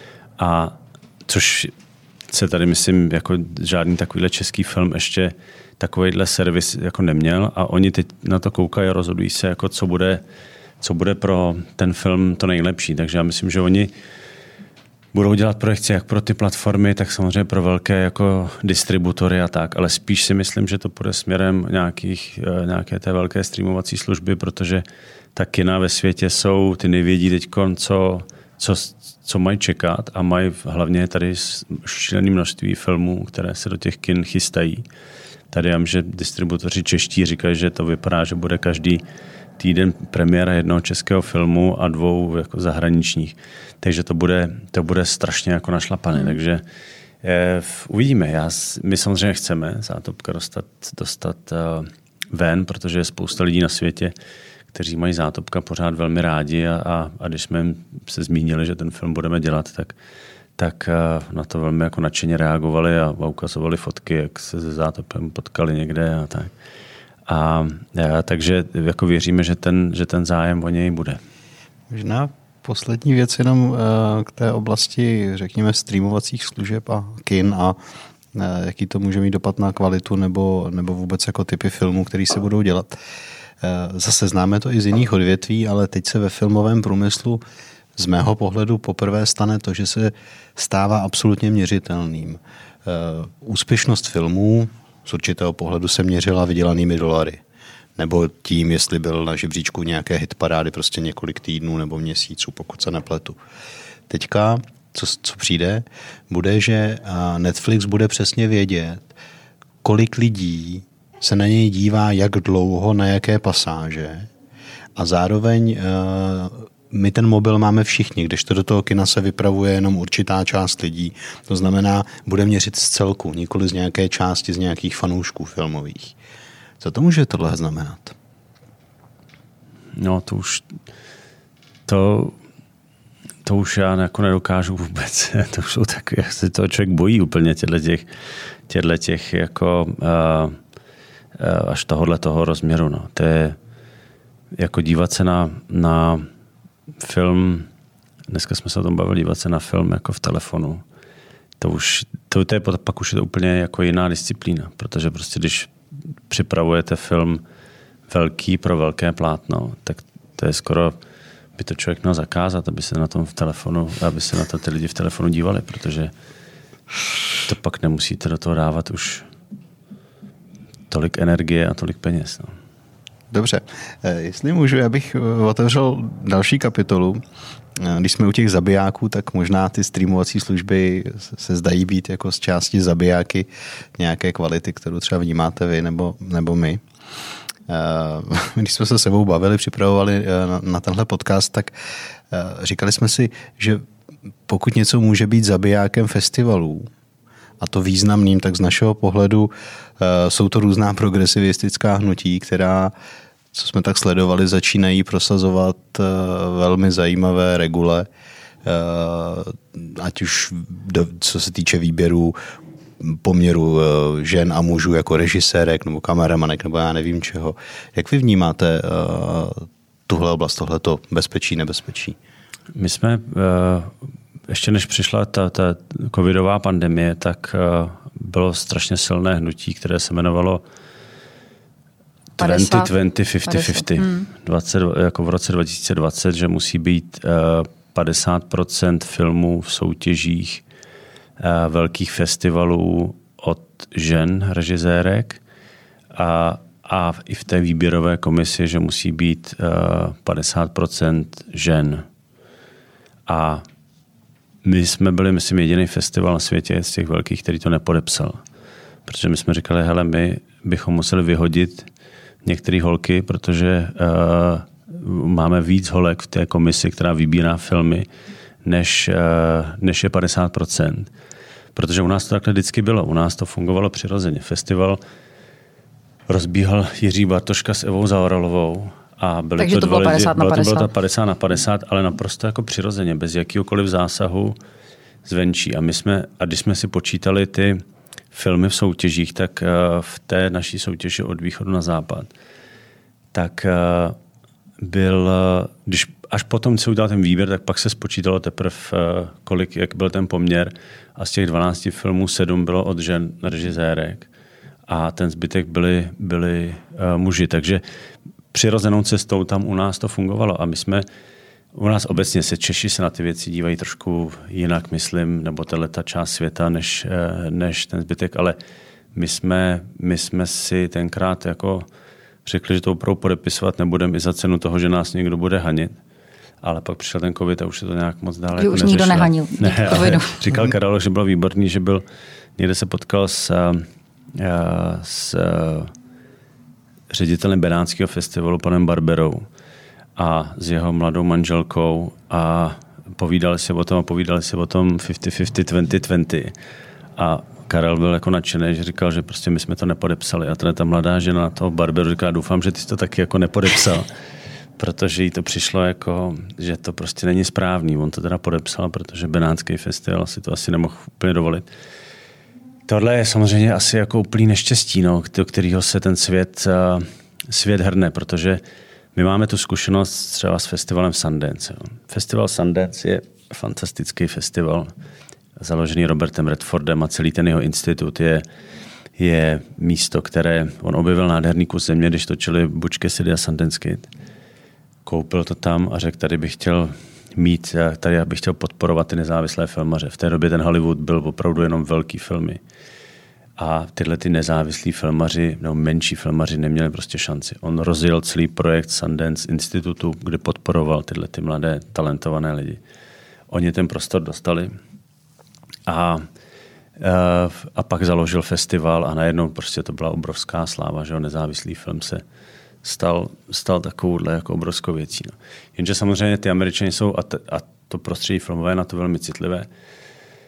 A což se tady, myslím, jako žádný takovýhle český film ještě takovýhle servis jako neměl a oni teď na to koukají a rozhodují se, jako co bude, co bude pro ten film to nejlepší. Takže já myslím, že oni budou dělat projekce jak pro ty platformy, tak samozřejmě pro velké jako distributory a tak, ale spíš si myslím, že to půjde směrem nějakých, nějaké té velké streamovací služby, protože ta kina ve světě jsou, ty nevědí teďkon, co, co, co mají čekat a mají hlavně tady šílené množství filmů, které se do těch kin chystají. Tady já, že distributoři čeští říkají, že to vypadá, že bude každý týden premiéra jednoho českého filmu a dvou jako zahraničních. Takže to bude, to bude strašně jako našlapané. Mm. Takže eh, uvidíme. Já, my samozřejmě chceme Zátopka dostat, dostat uh, ven, protože je spousta lidí na světě, kteří mají Zátopka pořád velmi rádi a, a, a když jsme se zmínili, že ten film budeme dělat, tak, tak uh, na to velmi jako nadšeně reagovali a, a ukazovali fotky, jak se se Zátopem potkali někde a tak. A, a takže jako věříme, že ten, že ten zájem o něj bude. Možná poslední věc jenom k té oblasti, řekněme, streamovacích služeb a kin a jaký to může mít dopad na kvalitu nebo, nebo vůbec jako typy filmů, které se budou dělat. Zase známe to i z jiných odvětví, ale teď se ve filmovém průmyslu z mého pohledu poprvé stane to, že se stává absolutně měřitelným. Úspěšnost filmů z určitého pohledu se měřila vydělanými dolary. Nebo tím, jestli byl na žebříčku nějaké hitparády prostě několik týdnů nebo měsíců, pokud se nepletu. Teďka, co, co přijde, bude, že Netflix bude přesně vědět, kolik lidí se na něj dívá, jak dlouho, na jaké pasáže a zároveň my ten mobil máme všichni, kdežto do toho kina se vypravuje jenom určitá část lidí. To znamená, bude měřit z celku, nikoli z nějaké části, z nějakých fanoušků filmových. Co to může tohle znamenat? No to už to, to už já jako nedokážu vůbec. To už jsou tak, jak se toho člověk bojí úplně těchto těch, těchto těch jako uh, uh, až tohohle toho rozměru. No. To je jako dívat se na, na film, dneska jsme se o tom bavili, dívat se na film jako v telefonu. To už, to, to je pak už je to úplně jako jiná disciplína, protože prostě když připravujete film velký pro velké plátno, tak to je skoro, by to člověk měl zakázat, aby se na tom v telefonu, aby se na to ty lidi v telefonu dívali, protože to pak nemusíte do toho dávat už tolik energie a tolik peněz. No. Dobře, jestli můžu, já bych otevřel další kapitolu. Když jsme u těch zabijáků, tak možná ty streamovací služby se zdají být jako z části zabijáky nějaké kvality, kterou třeba vnímáte vy nebo, nebo my. Když jsme se sebou bavili, připravovali na, na tenhle podcast, tak říkali jsme si, že pokud něco může být zabijákem festivalů, a to významným, tak z našeho pohledu jsou to různá progresivistická hnutí, která, co jsme tak sledovali, začínají prosazovat velmi zajímavé regule, ať už do, co se týče výběru poměru žen a mužů jako režisérek nebo kameramanek nebo já nevím čeho. Jak vy vnímáte tuhle oblast, tohleto bezpečí, nebezpečí? My jsme, ještě než přišla ta, ta covidová pandemie, tak bylo strašně silné hnutí, které se jmenovalo dvacet dvacet padesát padesát. Hmm. dvacet, jako v roce dva tisíce dvacet, že musí být padesát procent filmů v soutěžích velkých festivalů od žen režisérek a, a i v té výběrové komisi, že musí být padesát procent žen. A my jsme byli, myslím, jediný festival na světě z těch velkých, který to nepodepsal. Protože my jsme říkali, hele, my bychom museli vyhodit některé holky, protože uh, máme víc holek v té komisi, která vybírá filmy, než, uh, než je padesát procent. Protože u nás to takhle vždycky bylo. U nás to fungovalo přirozeně. Festival rozbíhal Jiří Bartoška s Evou Zaoralovou. A byly Takže to, to bylo lidi, padesát na padesát. Bylo to padesát na padesát, ale naprosto jako přirozeně, bez jakýhokoliv zásahu zvenčí. A my jsme, a když jsme si počítali ty filmy v soutěžích, tak v té naší soutěži od východu na západ, tak byl, když až potom se udělal ten výběr, tak pak se spočítalo teprve, kolik, jak byl ten poměr a z těch dvanácti filmů sedm bylo od žen režisérek a ten zbytek byli, byli muži. Takže přirozenou cestou tam u nás to fungovalo a my jsme, u nás obecně se Češi se na ty věci dívají trošku jinak, myslím, nebo tato část světa, než, než ten zbytek, ale my jsme, my jsme si tenkrát jako řekli, že to opravdu podepisovat nebudeme i za cenu toho, že nás někdo bude hanit, ale pak přišel ten covid a už se to nějak moc dále jako už nikdo nehanil. Ne, říkal Karel, že byl výborný, že byl, někde se potkal s, s ředitelem Benátského festivalu, panem Barberou a s jeho mladou manželkou a povídali si o tom a povídali si o tom padesát padesát, dvacet dvacet. A Karel byl jako nadšený, že říkal, že prostě my jsme to nepodepsali. A teda ta mladá žena toho Barberu říká, doufám, že ty jsi to taky jako nepodepsal. Protože jí to přišlo jako, že to prostě není správný. On to teda podepsal, protože Benátský festival si to asi nemohl úplně dovolit. Tohle je samozřejmě asi jako úplný neštěstí, no, do kterého se ten svět, uh, svět hrne, protože my máme tu zkušenost třeba s festivalem Sundance. Jo. Festival Sundance je fantastický festival, založený Robertem Redfordem a celý ten jeho institut je, je místo, které on objevil nádherný kus země, když točili Butch Cassidy a Sundance Kid. Koupil to tam a řekl, tady bych chtěl mít, tady bych chtěl podporovat ty nezávislé filmaře. V té době ten Hollywood byl opravdu jenom velký filmy. A tyhle ty nezávislí filmaři, nebo menší filmaři neměli prostě šanci. On rozjel celý projekt Sundance Institutu, kde podporoval tyhle ty mladé, talentované lidi. Oni ten prostor dostali a, a pak založil festival a najednou prostě to byla obrovská sláva, že nezávislý film se stal, stal takovouhle jako obrovskou věcí. No. Jenže samozřejmě ty Američani jsou, a, t, a to prostředí filmové je na to velmi citlivé,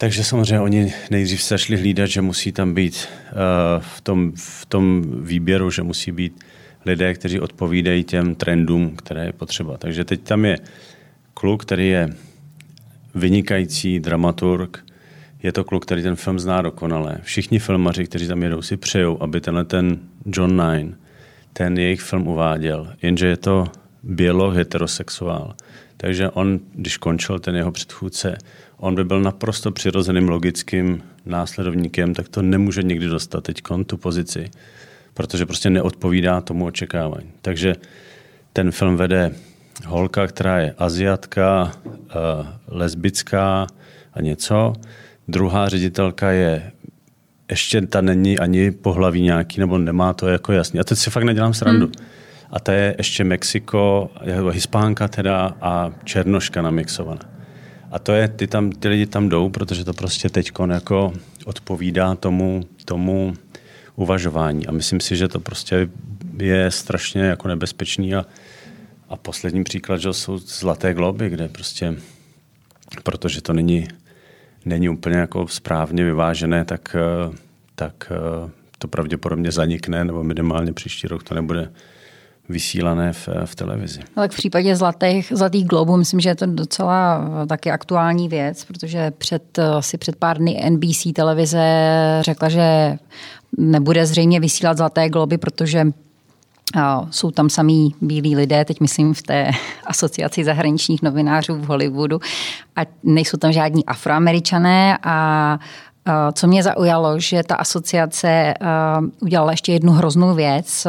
Takže samozřejmě oni nejdřív se začali hlídat, že musí tam být uh, v, tom, v tom výběru, že musí být lidé, kteří odpovídají těm trendům, které je potřeba. Takže teď tam je kluk, který je vynikající dramaturg, je to kluk, který ten film zná dokonale. Všichni filmaři, kteří tam jedou, si přejou, aby tenhle ten John Nine, ten jejich film uváděl, jenže je to biolog heterosexuál. Takže on, když končil ten jeho předchůdce, on by byl naprosto přirozeným logickým následovníkem, tak to nemůže nikdy dostat teď tu pozici, protože prostě neodpovídá tomu očekávání. Takže ten film vede holka, která je Aziatka, lesbická a něco. Druhá ředitelka je, ještě ta není ani pohlaví nějaký, nebo nemá to jako jasný. A teď si fakt nedělám srandu. Hmm. A ta je ještě Mexiko, Hispánka teda a Černoška namixovaná. A to je, ty, tam, ty lidi tam jdou, protože to prostě teďkon jako odpovídá tomu, tomu uvažování. A myslím si, že to prostě je strašně jako nebezpečný. A, a poslední příklad, že jsou Zlaté globy, kde prostě, protože to není, není úplně jako správně vyvážené, tak, tak to pravděpodobně zanikne, nebo minimálně příští rok to nebude vysílané v, v televizi. Ale v případě zlatých, zlatých globů myslím, že je to docela taky aktuální věc, protože před, asi před pár dny N B C televize řekla, že nebude zřejmě vysílat Zlaté globy, protože jsou tam samý bílí lidé, teď myslím v té asociaci zahraničních novinářů v Hollywoodu, a nejsou tam žádní Afroameričané. A co mě zaujalo, že ta asociace udělala ještě jednu hroznou věc,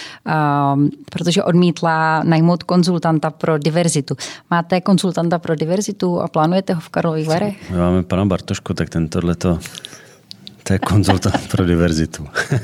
protože odmítla najmout konzultanta pro diverzitu. Máte konzultanta pro diverzitu a plánujete ho v Karlových Varech? My máme pana Bartošku, tak ten tohleto, to je konzultant pro diverzitu.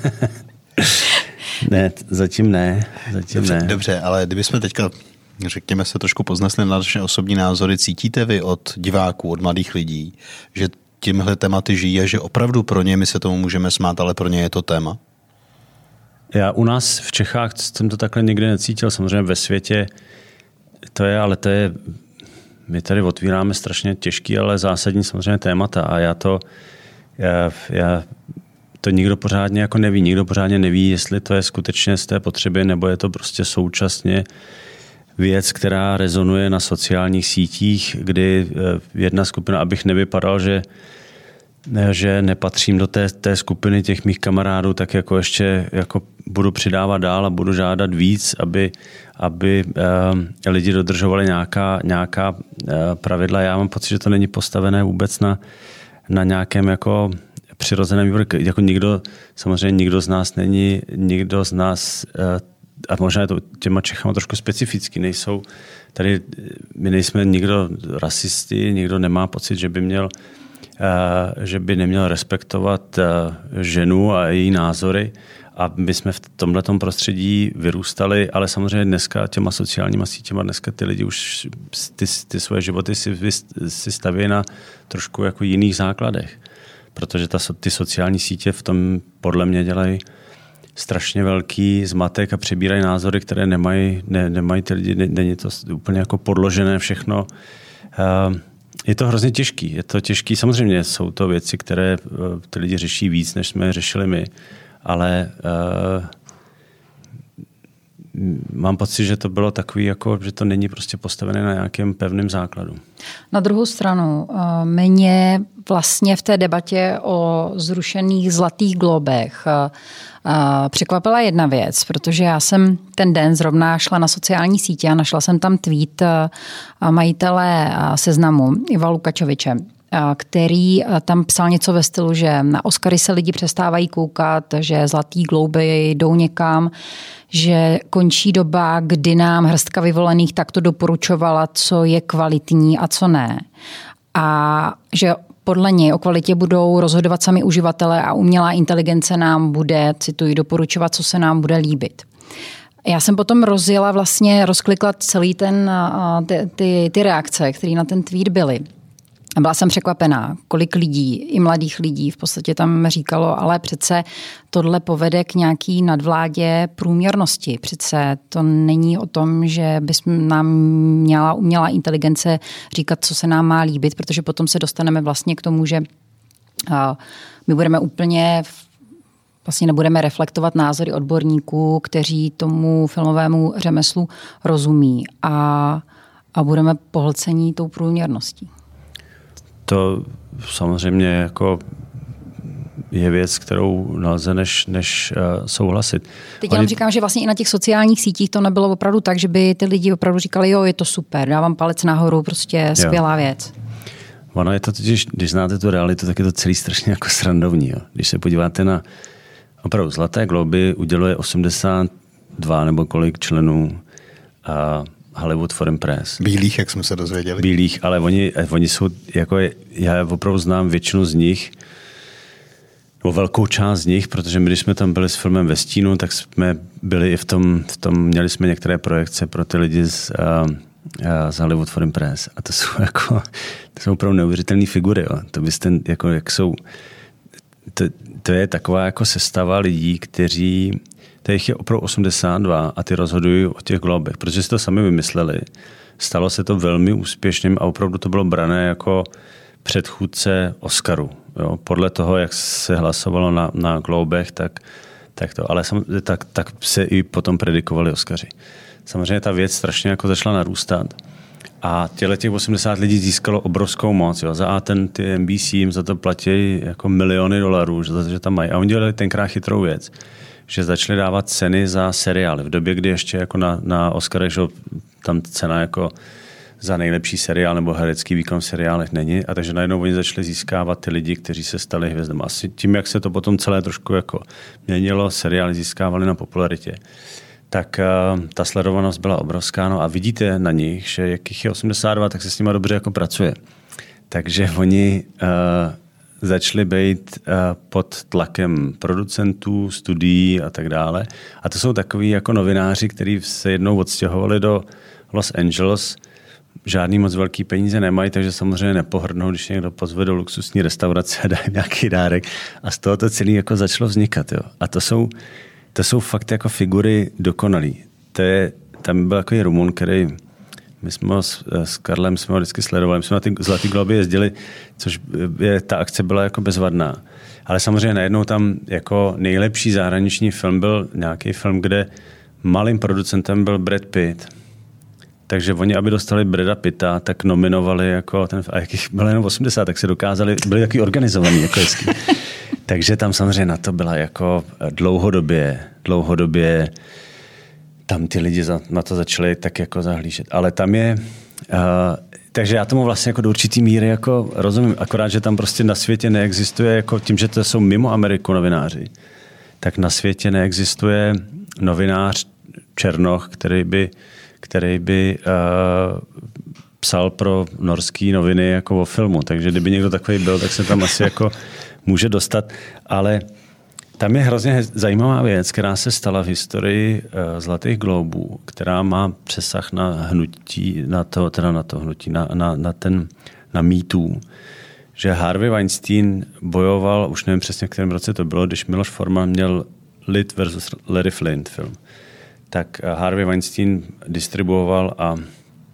Ne, zatím ne. Zatím dobře, ne. Dobře, ale kdybychom teďka, řekněme, se trošku poznasli na naše osobní názory, cítíte vy od diváků, od mladých lidí, že tímhle tématy žijí a že opravdu pro ně my se tomu můžeme smát, ale pro ně je to téma? Já u nás v Čechách jsem to takhle nikdy necítil. Samozřejmě ve světě to je, ale to je, my tady otvíráme strašně těžký, ale zásadní samozřejmě témata a já to, já, já to nikdo pořádně jako neví. Nikdo pořádně neví, jestli to je skutečně z té potřeby, nebo je to prostě současně věc, která rezonuje na sociálních sítích, kdy jedna skupina, abych nevypadal, že, že nepatřím do té, té skupiny těch mých kamarádů, tak jako ještě jako budu přidávat dál a budu žádat víc, aby, aby eh, lidi dodržovali nějaká, nějaká eh, pravidla. Já mám pocit, že to není postavené vůbec na, na nějakém jako přirozeném vývoji. Jako nikdo, samozřejmě nikdo z nás není, nikdo z nás eh, a možná je to těma Čechama trošku specifický. Nejsou tady, my nejsme nikdo rasisti, nikdo nemá pocit, že by měl, že by neměl respektovat ženu a její názory. A my jsme v tomhletom prostředí vyrůstali, ale samozřejmě dneska těma sociálníma sítěma, dneska ty lidi už ty, ty svoje životy si, si staví na trošku jako jiných základech. Protože ta, ty sociální sítě v tom podle mě dělají strašně velký zmatek a přebírají názory, které nemají, ne, nemají ty lidi, ne, není to úplně jako podložené všechno. Je to hrozně těžký. Je to těžký. Samozřejmě jsou to věci, které ty lidi řeší víc, než jsme je řešili my, ale uh, mám pocit, že to bylo takový, jako, že to není prostě postavené na nějakém pevném základu. Na druhou stranu, mě vlastně v té debatě o zrušených Zlatých globech překvapila jedna věc, protože já jsem ten den zrovna šla na sociální sítě a našla jsem tam tweet majitele Seznamu Iva Lukačoviče, který tam psal něco ve stylu, že na Oscary se lidi přestávají koukat, že Zlatý globy jdou někam, že končí doba, kdy nám hrstka vyvolených takto doporučovala, co je kvalitní a co ne. A že podle něj o kvalitě budou rozhodovat sami uživatelé a umělá inteligence nám bude, cituji, doporučovat, co se nám bude líbit. Já jsem potom rozjela vlastně, rozklikla celý ten, ty, ty, ty reakce, které na ten tweet byly. A byla jsem překvapená, kolik lidí, i mladých lidí v podstatě tam říkalo, ale přece tohle povede k nějaký nadvládě průměrnosti. Přece to není o tom, že bychom nám měla umělá inteligence říkat, co se nám má líbit, protože potom se dostaneme vlastně k tomu, že my budeme úplně, vlastně nebudeme reflektovat názory odborníků, kteří tomu filmovému řemeslu rozumí a, a budeme pohlcení tou průměrností. To samozřejmě jako je věc, kterou nelze než, než uh, souhlasit. Teď jenom říkám, že vlastně i na těch sociálních sítích to nebylo opravdu tak, že by ty lidi opravdu říkali, jo, je to super, dávám palec nahoru, prostě skvělá jo. věc. Ono je to totiž, když znáte tu realitu, tak je to celý strašně jako srandovní. Jo. Když se podíváte na opravdu Zlaté globy, uděluje osmdesát dva nebo kolik členů a Hollywood Foreign Press. Bílých, jak jsme se dozvěděli. Bílých, ale oni, oni jsou, jako já opravdu znám většinu z nich, nebo velkou část z nich, protože my, když jsme tam byli s filmem Ve stínu, tak jsme byli i v tom, v tom měli jsme některé projekce pro ty lidi z, uh, z Hollywood Foreign Press. A to jsou jako, to jsou opravdu neuvěřitelné figury. Jo. To byste, jako, jak jsou, to, to je taková jako sestava lidí, kteří těch je opravdu osmdesát dva a ty rozhodují o těch globech, protože si to sami vymysleli. Stalo se to velmi úspěšným a opravdu to bylo brané jako předchůdce Oscaru. Jo? Podle toho, jak se hlasovalo na, na globech, tak, tak to, ale sam, tak, tak se i potom predikovali Oscaři. Samozřejmě ta věc strašně jako začala narůstat a těle těch osmdesát lidí získalo obrovskou moc. Jo? Za a ten ty N B C jim za to platí jako miliony dolarů, že, že tam mají. A oni dělali tenkrát chytrou věc, že začali dávat ceny za seriály. V době, kdy ještě jako na, na Oscarech, že tam cena jako za nejlepší seriál nebo herecký výkon v seriálech není. A takže najednou oni začali získávat ty lidi, kteří se stali hvězdami. Asi tím, jak se to potom celé trošku jako měnilo, seriály získávali na popularitě, tak uh, ta sledovanost byla obrovská. No a vidíte na nich, že jak jich je osmdesát dva, tak se s nimi dobře jako pracuje. Takže oni uh, začali být uh, pod tlakem producentů, studií a tak dále. A to jsou takový jako novináři, kteří se jednou odstěhovali do Los Angeles, žádný moc velký peníze nemají, takže samozřejmě nepohrdnou, když někdo pozve do luxusní restaurace a dá nějaký dárek. A z toho to celé jako začalo vznikat. Jo. A to jsou, to jsou fakt jako figury dokonalý. To je, tam byl takový Rumun, který my jsme ho s, s Karlem jsme ho vždycky sledovali. My jsme na ty Zlatý globy jezdili, což je, ta akce byla jako bezvadná. Ale samozřejmě najednou tam jako nejlepší zahraniční film byl nějaký film, kde malým producentem byl Brad Pitt. Takže oni, aby dostali Brada Pitta, tak nominovali jako ten, a jakých bylo jenom osmdesát, tak se dokázali, byli taky organizovaní jako hezký. Takže tam samozřejmě na to byla jako dlouhodobě, dlouhodobě tam ty lidi za, na to začali tak jako zahlížet. Ale tam je, uh, takže já tomu vlastně jako do určitý míry jako rozumím, akorát, že tam prostě na světě neexistuje, jako tím, že to jsou mimo Ameriku novináři, tak na světě neexistuje novinář Černoch, který by který by uh, psal pro norský noviny jako o filmu. Takže kdyby někdo takový byl, tak se tam asi jako může dostat. Ale tam je hrozně zajímavá věc, která se stala v historii uh, Zlatých globů, která má přesah na hnutí, na to, teda na to hnutí, na, na, na ten, na mýtů, že Harvey Weinstein bojoval, už nevím přesně, v kterém roce to bylo, když Miloš Forman měl Lid versus Larry Flint film. Tak Harvey Weinstein distribuoval a, a,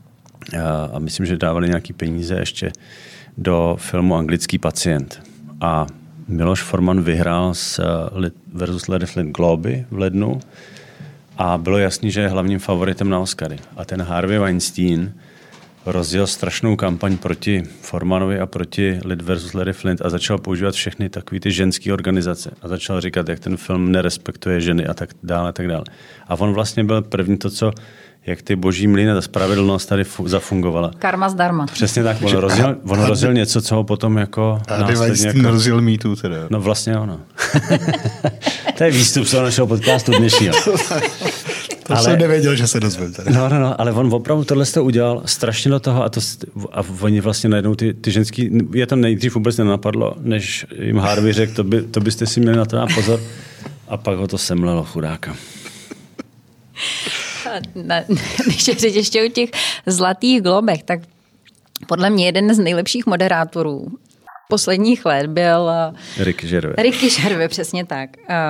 a myslím, že dávali nějaký peníze ještě do filmu Anglický pacient. A Miloš Forman vyhrál s Lid versus Larry Flint Globy v lednu a bylo jasný, že je hlavním favoritem na Oscary. A ten Harvey Weinstein rozjel strašnou kampaň proti Formanovi a proti Lid versus Larry Flint a začal používat všechny takové ty ženské organizace a začal říkat, jak ten film nerespektuje ženy a tak dále a tak dále. A on vlastně byl první to, co jak ty boží mlýny, ta spravedlnost tady fu- zafungovala. Karma zdarma. Přesně tak, on rozjel, on rozjel něco, co ho potom jako následně jako... rozjel mýtu teda. No vlastně ono. To je výstup z toho našeho podcastu dnešního. To ale, jsem nevěděl, že se dozvím. No, no, no, ale on opravdu tohle to udělal strašně do toho a, to, a oni vlastně najednou ty, ty ženský, je to nejdřív vůbec nenapadlo, než jim Harvey řekl, to, by, to byste si měli na to dát pozor a pak ho to semlelo, chudáka. Když je ještě o těch Zlatých globech, tak podle mě jeden z nejlepších moderátorů posledních let byl Ricky Gervais. Ricky Gervais, přesně tak.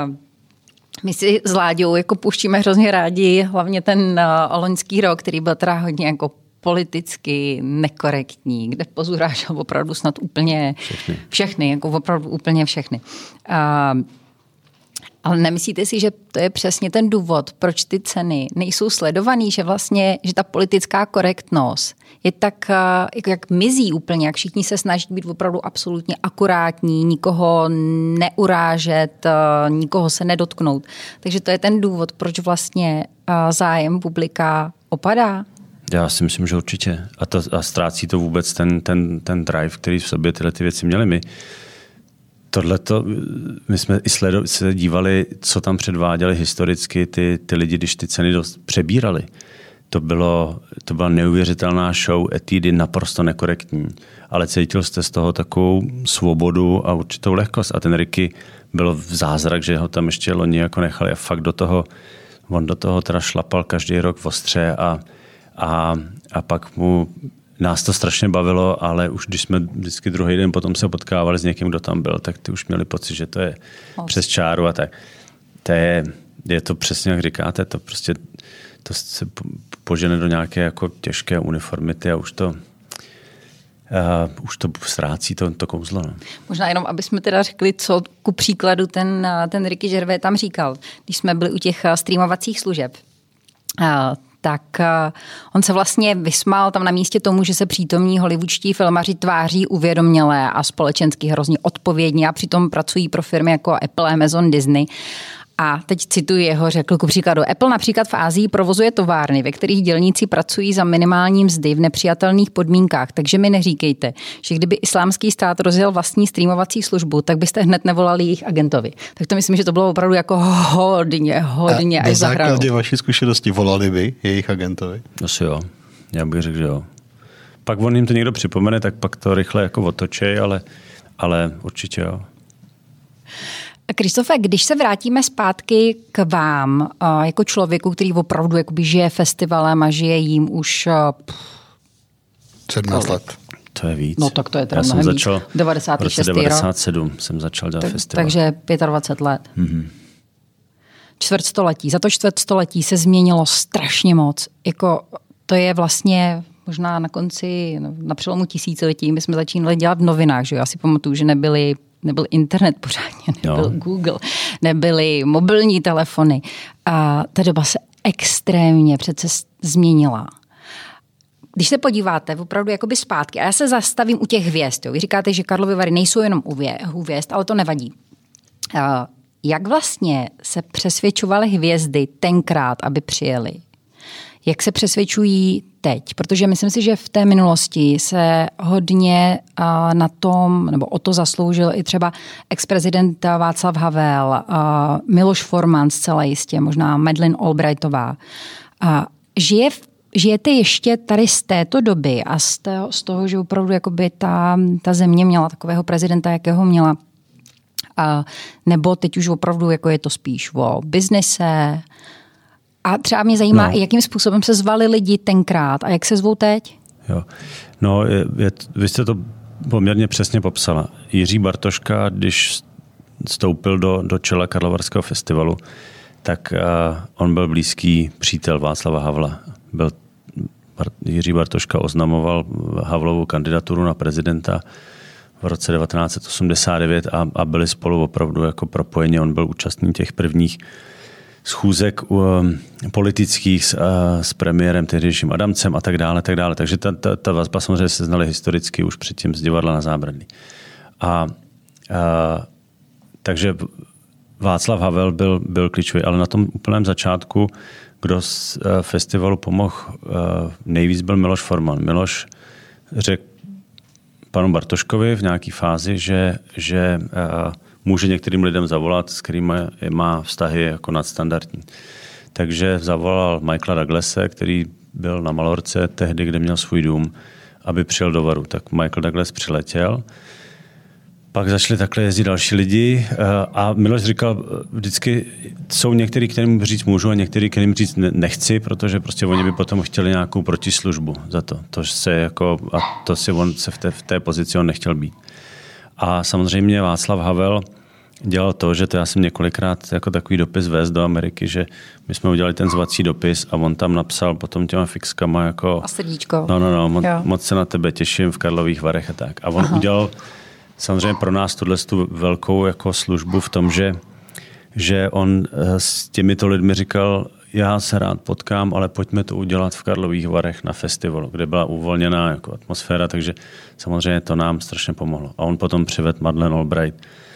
My si s Láďou jako pouštíme hrozně rádi, hlavně ten loňský rok, který byl teda hodně jako politicky nekorektní, kde pozurážel opravdu snad úplně všechny, všechny jako opravdu úplně všechny. Uh, ale nemyslíte si, že to je přesně ten důvod, proč ty ceny nejsou sledovaný, že vlastně, že ta politická korektnost je tak, jako jak mizí úplně, jak všichni se snaží být opravdu absolutně akurátní, nikoho neurážet, nikoho se nedotknout. Takže to je ten důvod, proč vlastně zájem publika opadá? Já si myslím, že určitě. A, to, a ztrácí to vůbec ten, ten, ten drive, který v sobě tyhle ty věci měli my. Tohleto, my jsme i sledo, se dívali, co tam předváděli historicky ty, ty lidi, když ty ceny dost přebírali. To, bylo, to byla neuvěřitelná show, etídy naprosto nekorektní. Ale cítil jste z toho takovou svobodu a určitou lehkost. A ten Ricky byl v zázrak, že ho tam ještě loni jako nechali a fakt do toho, on do toho teda šlapal každý rok v ostře a, a, a pak mu nás to strašně bavilo, ale už když jsme vždycky druhý den potom se potkávali s někým, kdo tam byl, tak ty už měli pocit, že to je oh. přes čáru a tak. To je, je to přesně, jak říkáte, to prostě to se požene do nějaké jako těžké uniformity a už to uh, už to ztrácí to, to kouzlo. No. Možná jenom, aby jsme teda řekli, co ku příkladu ten, ten Ricky Gervais tam říkal, když jsme byli u těch streamovacích služeb. Uh, tak on se vlastně vysmál tam na místě tomu, že se přítomní hollywoodští filmaři tváří uvědomělé a společensky hrozně odpovědně a přitom pracují pro firmy jako Apple, Amazon, Disney. A teď cituji jeho, řekl ku příkladu, Apple například v Asii provozuje továrny, ve kterých dělníci pracují za minimální mzdy v nepřijatelných podmínkách, takže mi neříkejte, že kdyby Islámský stát rozjel vlastní streamovací službu, tak byste hned nevolali jejich agentovi. Tak to myslím, že to bylo opravdu jako hodně, hodně až za hranu. Na základě vaší zkušenosti volali by jejich agentovi? Asi jo, já bych řekl, že jo. Pak on jim to někdo připomene, tak pak to rychle jako otočej, ale, ale určitě jo. Kristofe, když se vrátíme zpátky k vám, jako člověku, který opravdu jakoby žije festivalem a žije jím už sedmnáct let. To je víc. No tak to je teda Já mnohem jsem začal víc. devadesát šest v roce devadesát sedm rok. Jsem začal dělat tak, festival. Takže dvacet pět let. Mm-hmm. Čtvrtstoletí. Za to čtvrtstoletí se změnilo strašně moc. Jako to je vlastně možná na konci, na přelomu tisíciletí, my jsme začínali dělat v novinách, že jo? Já si pamatuju, že nebyly nebyl internet pořádně, nebyl no. Google, nebyly mobilní telefony. A ta doba se extrémně přece změnila. Když se podíváte opravdu jakoby zpátky, a já se zastavím u těch hvězd. Jo. Vy říkáte, že Karlovy Vary nejsou jenom u hvězd, ale to nevadí. Jak vlastně se přesvědčovaly hvězdy tenkrát, aby přijeli? Jak se přesvědčují teď? Protože myslím si, že v té minulosti se hodně na tom, nebo o to zasloužil i třeba ex-prezident Václav Havel, Miloš Forman zcela jistě, možná Madeleine Albrightová. Žije, žijete ještě tady z této doby a z toho, z toho že opravdu jakoby ta, ta země měla takového prezidenta, jakého měla? A nebo teď už opravdu jako je to spíš o biznise? A třeba mě zajímá, no. jakým způsobem se zvali lidi tenkrát a jak se zvou teď? Jo. No, je, je, vy jste to poměrně přesně popsala. Jiří Bartoška, když vstoupil do, do čela Karlovarského festivalu, tak uh, on byl blízký přítel Václava Havla. Byl, Jiří Bartoška oznamoval Havlovu kandidaturu na prezidenta v roce devatenáct set osmdesát devět a, a byli spolu opravdu jako propojeni. On byl účastný těch prvních schůzek um, politických s, uh, s premiérem tehdejším Adamcem a tak dále, tak dále. Takže ta, ta, ta vazba samozřejmě se znali historicky už předtím z divadla na Zábradlí. A, a takže Václav Havel byl, byl klíčový, ale na tom úplném začátku, kdo z uh, festivalu pomohl uh, nejvíc, byl Miloš Forman. Miloš řekl panu Bartoškovi v nějaké fázi, že, že uh, může některým lidem zavolat, s kterými má vztahy jako nadstandardní. Takže zavolal Michaela Douglase, který byl na Malorce tehdy, kde měl svůj dům, aby přijel do Varu. Tak Michael Douglas přiletěl, Pak začali takhle jezdit další lidi a Miloš říkal, vždycky jsou některý, kterým říct můžu a některý, kterým říct nechci, protože prostě oni by potom chtěli nějakou protislužbu za to. To se jako, a to si on se v té, v té pozici on nechtěl být. A samozřejmě Václav Havel dělal to, že to já jsem několikrát jako takový dopis vez do Ameriky, že my jsme udělali ten zvací dopis a on tam napsal potom těma fixkama jako... A srdíčko. No, no, no, moc, moc se na tebe těším v Karlových Varech a tak. A on Aha. udělal samozřejmě pro nás tuhle tu velkou jako službu v tom, že, že on s těmito lidmi říkal, já se rád potkám, ale pojďme to udělat v Karlových Varech na festivalu, kde byla uvolněná jako atmosféra, takže samozřejmě to nám strašně pomohlo. A on potom přivedl Madeleine Albright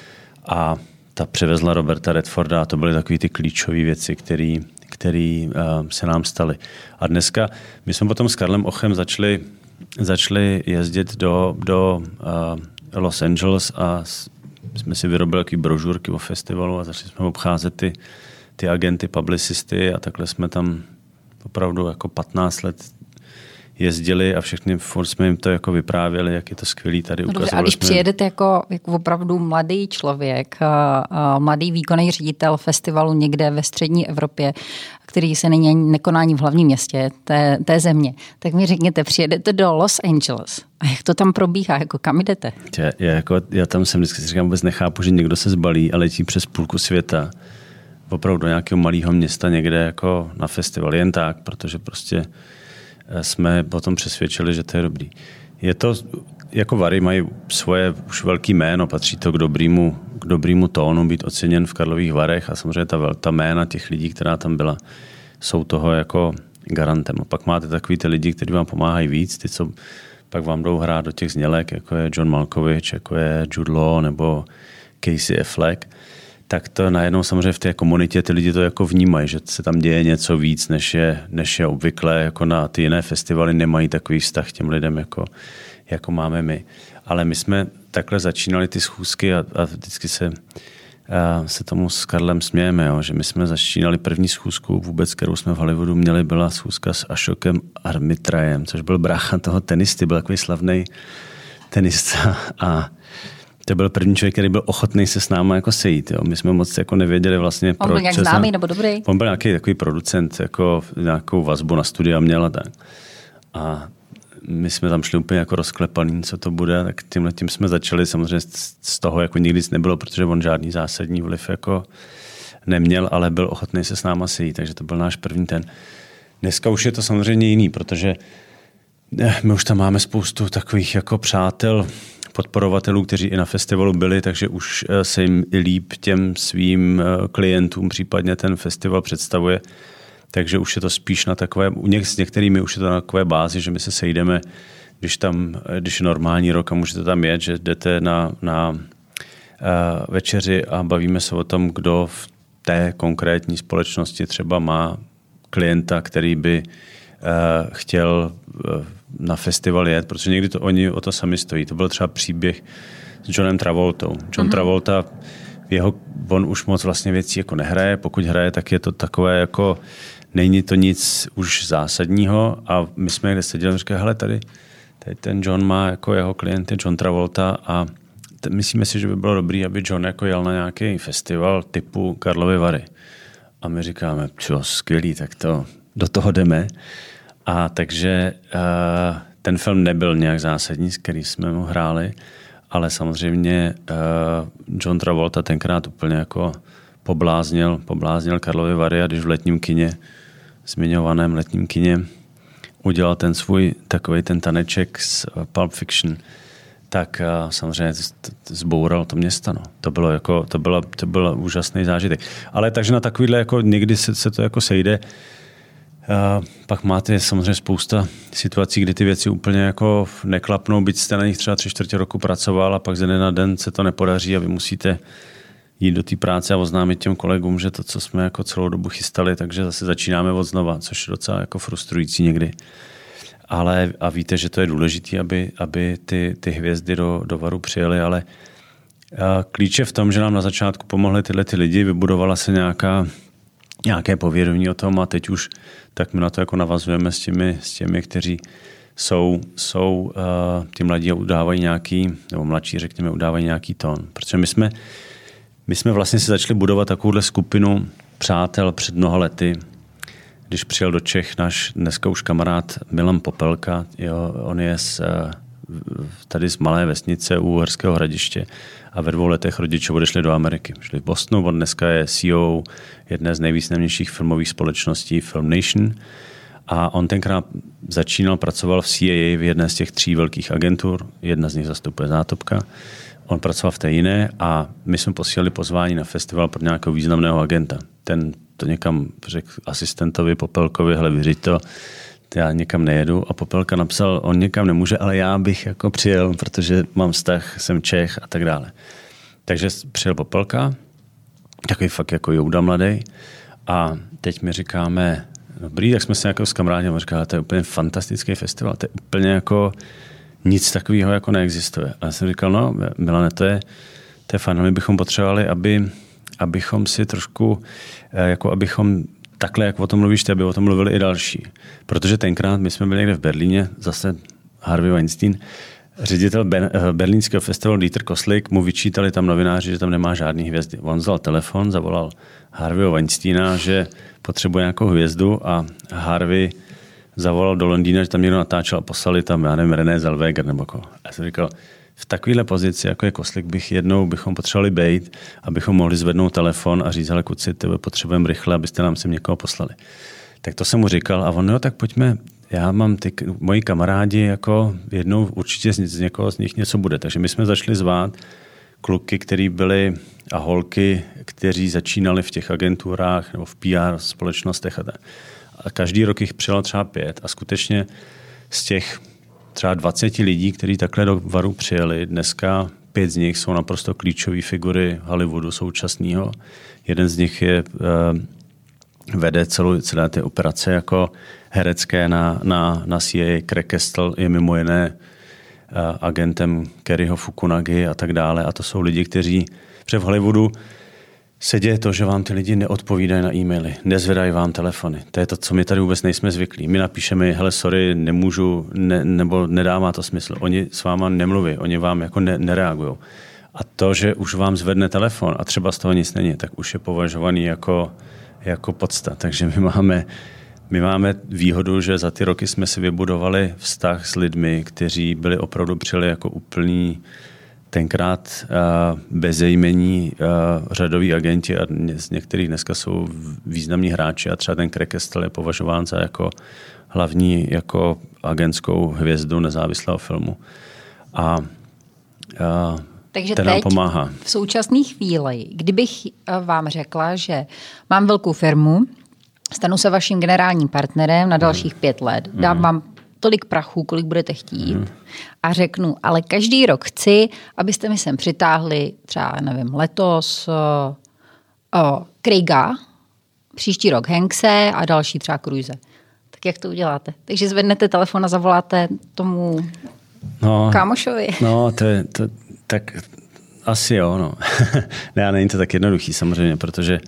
a ta přivezla Roberta Redforda a to byly takové ty klíčové věci, které uh, se nám staly. A dneska my jsme potom s Karlem Ochem začali, začali jezdit do, do uh, Los Angeles a jsme si vyrobili takové brožurky o festivalu a začali jsme obcházet ty, ty agenty, publicisty a takhle jsme tam opravdu jako patnáct let jezdili a všechny furt jsme jim to jako vyprávěli, jak je to skvělý tady. No dobře, a když jsme... přijedete jako, jako opravdu mladý člověk, mladý výkonný ředitel festivalu někde ve střední Evropě, který se není nekoná ani v hlavním městě té, té země, tak mi řekněte, přijedete do Los Angeles a jak to tam probíhá, jako kam jdete? Já, já, jako, já tam jsem vždycky si říkám, vůbec nechápu, že někdo se zbalí a letí přes půlku světa opravdu do nějakého malého města někde jako na festival, jen tak, protože prostě jsme potom přesvědčili, že to je dobrý. Je to, jako Vary mají svoje už velký jméno, patří to k dobrýmu, k dobrýmu tónu být oceněn v Karlových Varech a samozřejmě ta, ta jména těch lidí, která tam byla, jsou toho jako garantem. A pak máte takový ty lidi, kteří vám pomáhají víc, ty, co pak vám jdou hrát do těch znělek, jako je John Malkovich, jako je Jude Law nebo Casey Affleck, tak to najednou samozřejmě v té komunitě ty lidi to jako vnímají, že se tam děje něco víc, než je, než je obvykle, jako na ty jiné festivaly nemají takový vztah těm lidem, jako, jako máme my. Ale my jsme takhle začínali ty schůzky a, a vždycky se, a se tomu s Karlem smějeme, jo, že my jsme začínali první schůzku vůbec, kterou jsme v Hollywoodu měli, byla schůzka s Ashokem Armitrajem, což byl brácha toho tenisty, byl takový slavný tenista a to byl první člověk, který byl ochotný se s náma jako sejít. Jo. My jsme moc jako nevěděli vlastně... On byl nějak známý nebo dobrý? On byl nějaký takový producent, jako nějakou vazbu na studia měl a tak. A my jsme tam šli úplně jako rozklepaný, co to bude, tak tímhle tím jsme začali. Samozřejmě z toho jako nikdy nic nebylo, protože on žádný zásadní vliv jako neměl, ale byl ochotný se s náma sejít, takže to byl náš první ten. Dneska už je to samozřejmě jiný, protože my už tam máme spoustu takových jako přátel, podporovatelů, kteří i na festivalu byli, takže už se jim i líp těm svým klientům případně ten festival představuje. Takže už je to spíš na takové, u něk, s některými už je to na takové bázi, že my se sejdeme, když tam, když je normální rok a můžete tam jet, že jdete na, na uh, večeři a bavíme se o tom, kdo v té konkrétní společnosti třeba má klienta, který by uh, chtěl uh, na festival jet, protože někdy to oni o to sami stojí. To byl třeba příběh s Johnem Travoltou. John uh-huh. Travolta, jeho, on už moc vlastně věcí jako nehraje, pokud hraje, tak je to takové jako, není to nic už zásadního a my jsme někde seděli a říkali, hele, tady, tady ten John má jako jeho klient je John Travolta a t- myslíme si, že by bylo dobrý, aby John jako jel na nějaký festival typu Karlovy Vary. A my říkáme, čo, skvělý, tak to do toho jdeme. A takže uh, ten film nebyl nějak zásadní, s který jsme mu hráli, ale samozřejmě uh, John Travolta tenkrát úplně jako pobláznil, pobláznil Karlovy Vary a když v letním kině, zmiňovaném letním kině, udělal ten svůj takovej ten taneček z Pulp Fiction, tak uh, samozřejmě zboural to město. No. To bylo jako, to bylo, to byl úžasný zážitek. Ale takže na takovýhle jako někdy se, se to jako sejde. Uh, pak máte samozřejmě spousta situací, kdy ty věci úplně jako neklapnou, byť jste na nich třeba tři čtvrtě roku pracoval a pak ze dne na den se to nepodaří a vy musíte jít do té práce a oznámit těm kolegům, že to, co jsme jako celou dobu chystali, takže zase začínáme od znova, což je docela jako frustrující někdy. Ale a víte, že to je důležité, aby, aby ty, ty hvězdy do, do Varu přijeli, ale uh, klíč je v tom, že nám na začátku pomohly tyhle ty lidi, vybudovala se nějaká nějaké povědomí o tom a teď už tak my na to jako navazujeme s těmi, s těmi, kteří jsou, jsou uh, ty mladí udávají nějaký, nebo mladší, řekněme, udávají nějaký tón. Protože my jsme, my jsme vlastně si začali budovat takovouhle skupinu přátel před mnoha lety, když přijel do Čech náš dneska už kamarád Milan Popelka, jo, on je z, tady z malé vesnice u Uherského Hradiště a ve dvou letech rodiče odešli do Ameriky. Šli v Bostonu, on dneska je C E O jedné z nejvýznamnějších filmových společností Film Nation a on tenkrát začínal, pracoval v C I A v jedné z těch tří velkých agentur, jedna z nich zastupuje Zátopka. On pracoval v té jiné a my jsme posílali pozvání na festival pro nějakého významného agenta. Ten to někam řekl asistentovi Popelkovi, hele, vyřiď to, já někam nejedu. A Popelka napsal, on někam nemůže, ale já bych jako přijel, protože mám vztah, jsem Čech a tak dále. Takže přijel Popelka, takový fakt jako Jouda mladý. A teď mi říkáme, dobrý, tak jsme se jako s kamarádem a říkali, to je úplně fantastický festival, to je úplně jako nic takového jako neexistuje. A já jsem říkal, no Milane, to je, to je fajn, my bychom potřebovali, aby abychom si trošku, jako abychom takhle, jak o tom mluvíš ty, aby o tom mluvili i další. Protože tenkrát my jsme byli někde v Berlíně, zase Harvey Weinstein, ředitel berlínského festivalu Dieter Koslik, mu vyčítali tam novináři, že tam nemá žádný hvězdy. On vzal telefon, zavolal Harveyho Weinsteina, že potřebuje nějakou hvězdu a Harvey zavolal do Londýna, že tam někdo natáčel a poslali tam, já nevím, René Zellweger nebo jako. Já jsem říkal, v takovéhle pozici, jako je Koslik, bych jednou bychom potřebovali být, abychom mohli zvednout telefon a říct, hele kuci, tebe potřebujeme rychle, abyste nám sem někoho poslali. Tak to jsem mu říkal a on, jo, tak pojďme, já mám ty moji kamarádi, jako jednou určitě z, z někoho z nich něco bude. Takže my jsme začali zvát kluky, který byli a holky, kteří začínali v těch agenturách nebo v P R společnostech a tak. A každý rok jich přijelo třeba pět a skutečně z těch třeba dvacet lidí, kteří takhle do Varu přijeli. Dneska pět z nich jsou naprosto klíčové figury Hollywoodu současného. Jeden z nich je, vede celou, celé ty operace jako herecké na, na, na C I A. Craig Castle je mimo jiné agentem Kerryho Fukunagi a tak dále. A to jsou lidi, kteří v Hollywoodu se děje to, že vám ty lidi neodpovídají na e-maily, nezvedají vám telefony. To je to, co my tady vůbec nejsme zvyklí. My napíšeme, hele, sorry, nemůžu, ne, nebo nedává to smysl. Oni s váma nemluví, oni vám jako ne, nereagují. A to, že už vám zvedne telefon a třeba z toho nic není, tak už je považovaný jako, jako podsta. Takže my máme, my máme výhodu, že za ty roky jsme si vybudovali vztah s lidmi, kteří byli opravdu přijeli jako úplný tenkrát uh, bezejmení uh, řadoví agenti a z některých dneska jsou významní hráči a třeba ten Craig Castle je považován za jako hlavní jako agentskou hvězdu nezávislého filmu. A uh, takže ten nám pomáhá. V současné chvíli, kdybych vám řekla, že mám velkou firmu, stanu se vaším generálním partnerem na dalších mm. pět let, dám mm. vám tolik prachu, kolik budete chtít mm. a řeknu, ale každý rok chci, abyste mi sem přitáhli třeba, nevím, letos o, o Craiga, příští rok Hankse a další třeba Cruise. Tak jak to uděláte? Takže zvednete telefon a zavoláte tomu no, kámošovi. No, to je, to, tak asi jo, no. Ne, není to tak jednoduchý samozřejmě, protože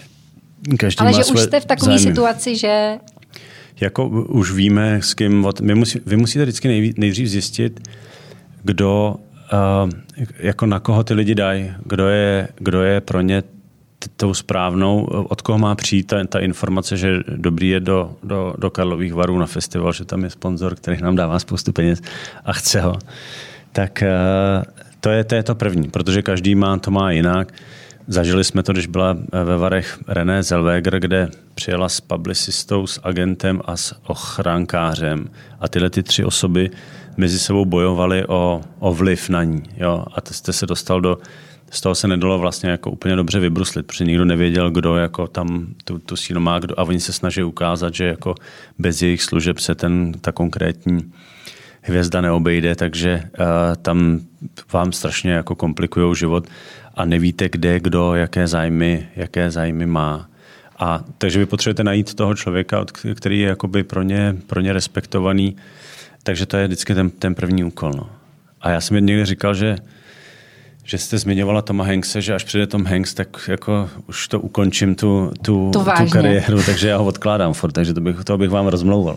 každý ale má že své už jste v takové zájmy. situaci, že jako už víme, s kým... My musí, vy musíte vždycky nejdřív zjistit, kdo, uh, jako na koho ty lidi dají, kdo je, kdo je pro ně t- tou správnou, od koho má přijít ta, ta informace, že dobrý je do, do, do Karlových Varů na festival, že tam je sponzor, který nám dává spoustu peněz a chce ho. Tak uh, to, je, to je to první, protože každý má, to má jinak. Zažili jsme to, když byla ve Varech René Zellweger, kde přijela s publicistou, s agentem a s ochránkářem. A tyhle ty tři osoby mezi sebou bojovaly o, o vliv na ní. Jo? A to jste se dostal do... Z toho se nedalo vlastně jako úplně dobře vybruslit, protože nikdo nevěděl, kdo jako tam tu, tu sílu má. Kdo, a oni se snaží ukázat, že jako bez jejich služeb se ten, ta konkrétní hvězda neobejde, takže uh, tam vám strašně jako komplikujou život a nevíte, kde, kdo, jaké zájmy, jaké zájmy má. A takže vy potřebujete najít toho člověka, který je jakoby pro ně, pro ně respektovaný. Takže to je vždycky ten, ten první úkol. No. A já jsem někdy říkal, že, že jste zmiňovala Toma Hankse, že až přijde Tom Hanks, tak jako už to ukončím tu, tu, to tu kariéru, takže já ho odkládám furt, takže to bych, to bych vám rozmlouval.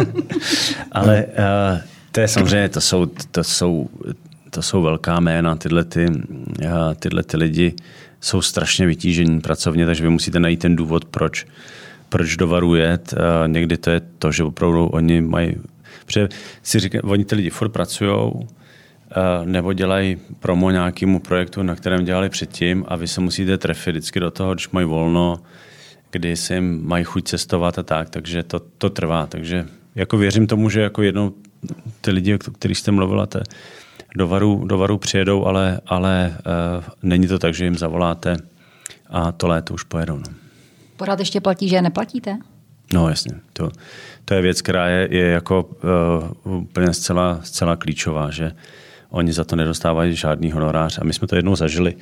Ale uh, to je samozřejmě, to jsou, to jsou, to jsou velká jména, tyhle, ty, uh, tyhle ty lidi jsou strašně vytížení pracovně, takže vy musíte najít ten důvod, proč, proč do Varu jet. Uh, někdy to je to, že opravdu oni mají, protože si říkají, oni ty lidi furt pracujou, nebo dělají promo nějakému projektu, na kterém dělali předtím a vy se musíte trefit vždycky do toho, když mají volno, kdy se jim mají chuť cestovat a tak, takže to, to trvá. Takže jako věřím tomu, že jako jednou ty lidi, o kterých jste mluvila, te, do, varu, do Varu přijedou, ale, ale uh, není to tak, že jim zavoláte a to léto už pojedou. No. Pořád ještě platí, že neplatíte? No jasně, to, to je věc, která je, je jako uh, úplně zcela, zcela klíčová, že oni za to nedostávají žádný honorář. A my jsme to jednou zažili,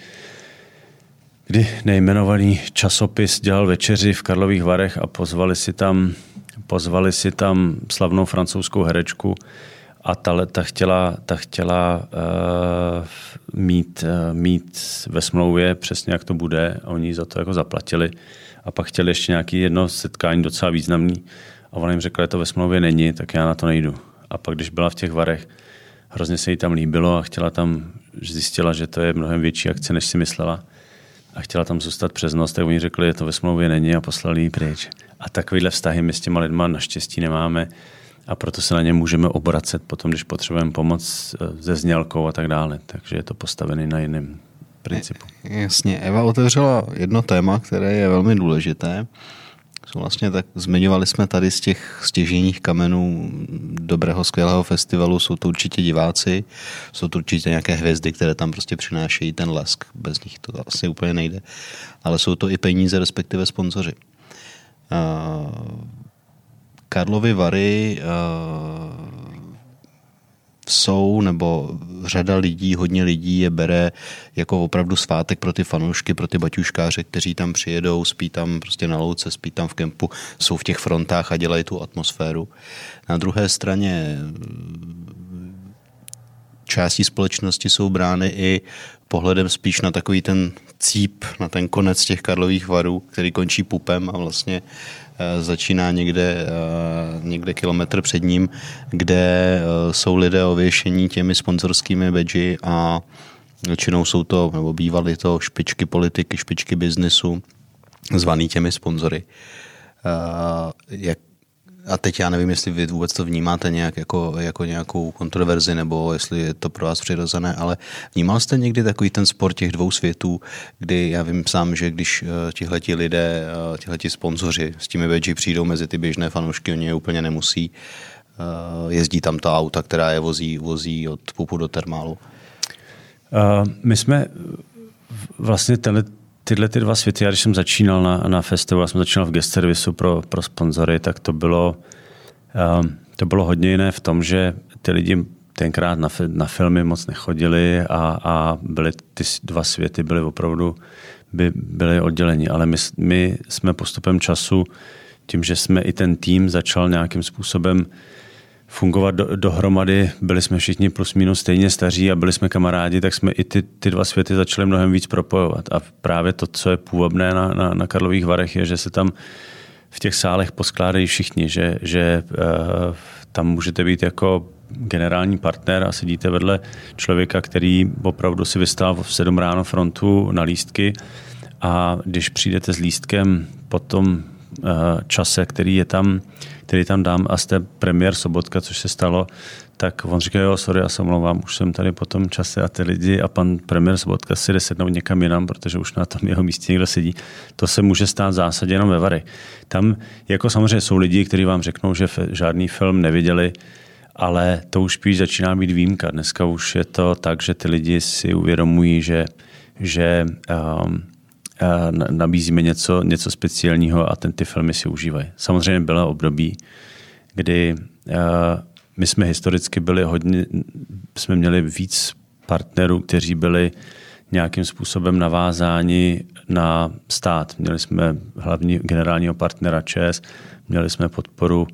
kdy nejmenovaný časopis dělal večeři v Karlových Varech a pozvali si tam, pozvali si tam slavnou francouzskou herečku a ta, ta chtěla, ta chtěla uh, mít, uh, mít ve smlouvě přesně, jak to bude a oni za to jako zaplatili. A pak chtěli ještě nějaké jedno setkání docela významný a ona jim řekla, že to ve smlouvě není, tak já na to nejdu. A pak, když byla v těch Varech, hrozně se jí tam líbilo a chtěla tam, zjistila, že to je mnohem větší akce, než si myslela a chtěla tam zůstat přes noc, tak oni řekli, že to ve smlouvě není a poslali ji pryč. A takovýhle vztahy my s těma lidma naštěstí nemáme a proto se na ně můžeme obracet potom, když potřebujeme pomoc se znělkou a tak dále. Takže je to postavené na jiném principu. Jasně. Eva otevřela jedno téma, které je velmi důležité. Jsou vlastně tak, zmiňovali jsme tady z těch stěžejních kamenů dobrého, skvělého festivalu, jsou to určitě diváci, jsou to určitě nějaké hvězdy, které tam prostě přinášejí ten lesk, bez nich to asi úplně nejde, ale jsou to i peníze, respektive sponzoři. Uh, Karlovy Vary uh, jsou, nebo řada lidí, hodně lidí je bere jako opravdu svátek pro ty fanoušky, pro ty baťuškáře, kteří tam přijedou, spí tam prostě na louce, spí tam v kempu, jsou v těch frontách a dělají tu atmosféru. Na druhé straně části společnosti jsou brány i pohledem spíš na takový ten cíp, na ten konec těch Karlových Varů, který končí pupem a vlastně začíná někde, někde kilometr před ním, kde jsou lidé ověšení těmi sponzorskými badži a většinou jsou to, nebo bývaly to špičky politiky, špičky biznesu, zvaný těmi sponzory. Jak A teď já nevím, jestli vy vůbec to vnímáte nějak jako, jako nějakou kontroverzi, nebo jestli je to pro vás přirozené, ale vnímal jste někdy takový ten spor těch dvou světů, kdy já vím sám, že když tihleti lidé, tihleti sponzoři s těmi badži přijdou mezi ty běžné fanoušky, oni je úplně nemusí, jezdí tam ta auta, která je vozí, vozí od pupu do termálu. Uh, my jsme vlastně tenhle Tyhle ty dva světy, já když jsem začínal na, na festivalu, jsem začínal v guest servisu pro, pro sponzory, tak to bylo, um, to bylo hodně jiné v tom, že ty lidi tenkrát na, na filmy moc nechodili a, a byly ty dva světy byly opravdu by, byly odděleni. Ale my, my jsme postupem času, tím, že jsme i ten tým začal nějakým způsobem fungovat do, dohromady, byli jsme všichni plus minus stejně staří a byli jsme kamarádi, tak jsme i ty, ty dva světy začali mnohem víc propojovat. A právě to, co je půvabné na, na, na Karlových Varech, je, že se tam v těch sálech poskládají všichni, že, že uh, tam můžete být jako generální partner a sedíte vedle člověka, který opravdu si vystál v sedm ráno frontu na lístky a když přijdete s lístkem potom čase, který je tam, který tam dám a jste premiér Sobotka, což se stalo, tak on říká, jo, sorry, já se omlouvám, už jsem tady po tom čase a ty lidi a pan premiér Sobotka si jde sednout někam jinam, protože už na tom jeho místě někdo sedí. To se může stát v zásadě jenom ve Varech. Tam jako samozřejmě jsou lidi, kteří vám řeknou, že žádný film neviděli, ale to už spíš začíná být výjimka. Dneska už je to tak, že ty lidi si uvědomují, že, že um, nabízíme něco, něco speciálního a ten, ty filmy si užívají. Samozřejmě bylo období, kdy uh, my jsme historicky byli hodně, jsme měli víc partnerů, kteří byli nějakým způsobem navázáni na stát. Měli jsme hlavní generálního partnera ČES, měli jsme podporu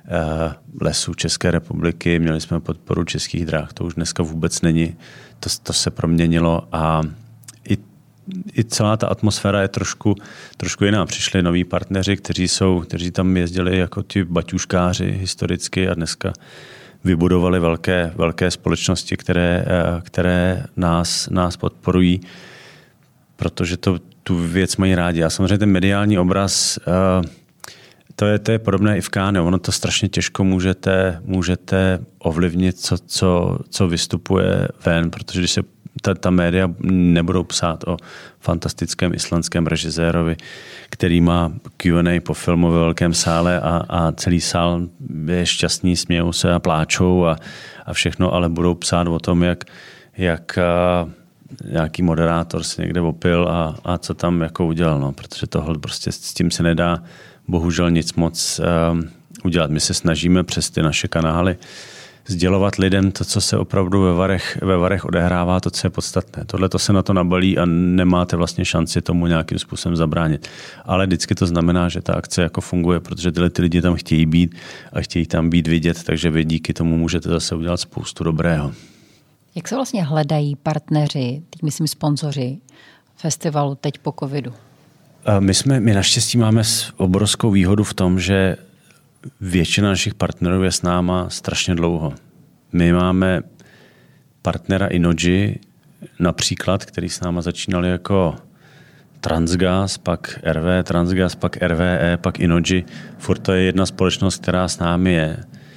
Lesů České republiky, měli jsme podporu Českých drah, to už dneska vůbec není, to, to se proměnilo a i, i celá ta atmosféra je trošku, trošku jiná. Přišli noví partneři, kteří, jsou, kteří tam jezdili jako ti baťuškáři historicky a dneska vybudovali velké, velké společnosti, které, které nás, nás podporují, protože to, tu věc mají rádi. A samozřejmě ten mediální obraz, to je, to je podobné i v Cannes. Ono to strašně těžko můžete, můžete ovlivnit, co, co, co vystupuje ven, protože když se ta, ta média nebudou psát o fantastickém islandském režisérovi, který má Q and A po filmu ve velkém sále a, a celý sál je šťastný, smějou se a pláčou a, a všechno, ale budou psát o tom, jak, jak a, nějaký moderátor se někde opil a, a co tam jako udělal. No, protože tohle prostě s tím se nedá bohužel nic moc uh, udělat. My se snažíme přes ty naše kanály sdělovat lidem to, co se opravdu ve Varech, ve Varech odehrává, to, co je podstatné. Tohle to se na to nabalí a nemáte vlastně šanci tomu nějakým způsobem zabránit. Ale vždycky to znamená, že ta akce jako funguje, protože tyhle ty lidi tam chtějí být a chtějí tam být vidět, takže vy díky tomu můžete zase udělat spoustu dobrého. Jak se vlastně hledají partneři, teď myslím sponzoři festivalu teď po covidu? My, jsme, my naštěstí máme obrovskou výhodu v tom, že většina našich partnerů je s náma strašně dlouho. My máme partnera Innogy, například, který s náma začínal jako Transgas, pak R V, Transgas, pak R V E, pak Innogy. Furt to je jedna společnost, která s námi je.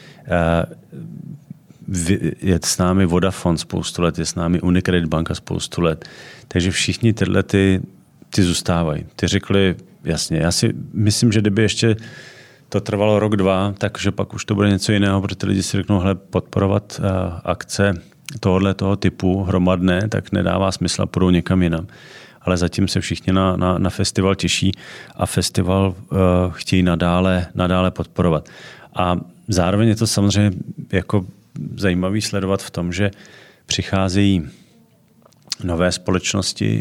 Je s námi Vodafone spoustu let, je s námi Unicredit banka spoustu let. Takže všichni tyhle ty, ty zůstávají. Ty řekli, jasně, já si myslím, že kdyby ještě to trvalo rok, dva, takže pak už to bude něco jiného, protože ty lidi si řeknou, hele, podporovat uh, akce tohohle toho typu hromadné, tak nedává smysl a půjdou někam jinam. Ale zatím se všichni na, na, na festival těší a festival uh, chtějí nadále, nadále podporovat. A zároveň je to samozřejmě jako zajímavý sledovat v tom, že přicházejí nové společnosti,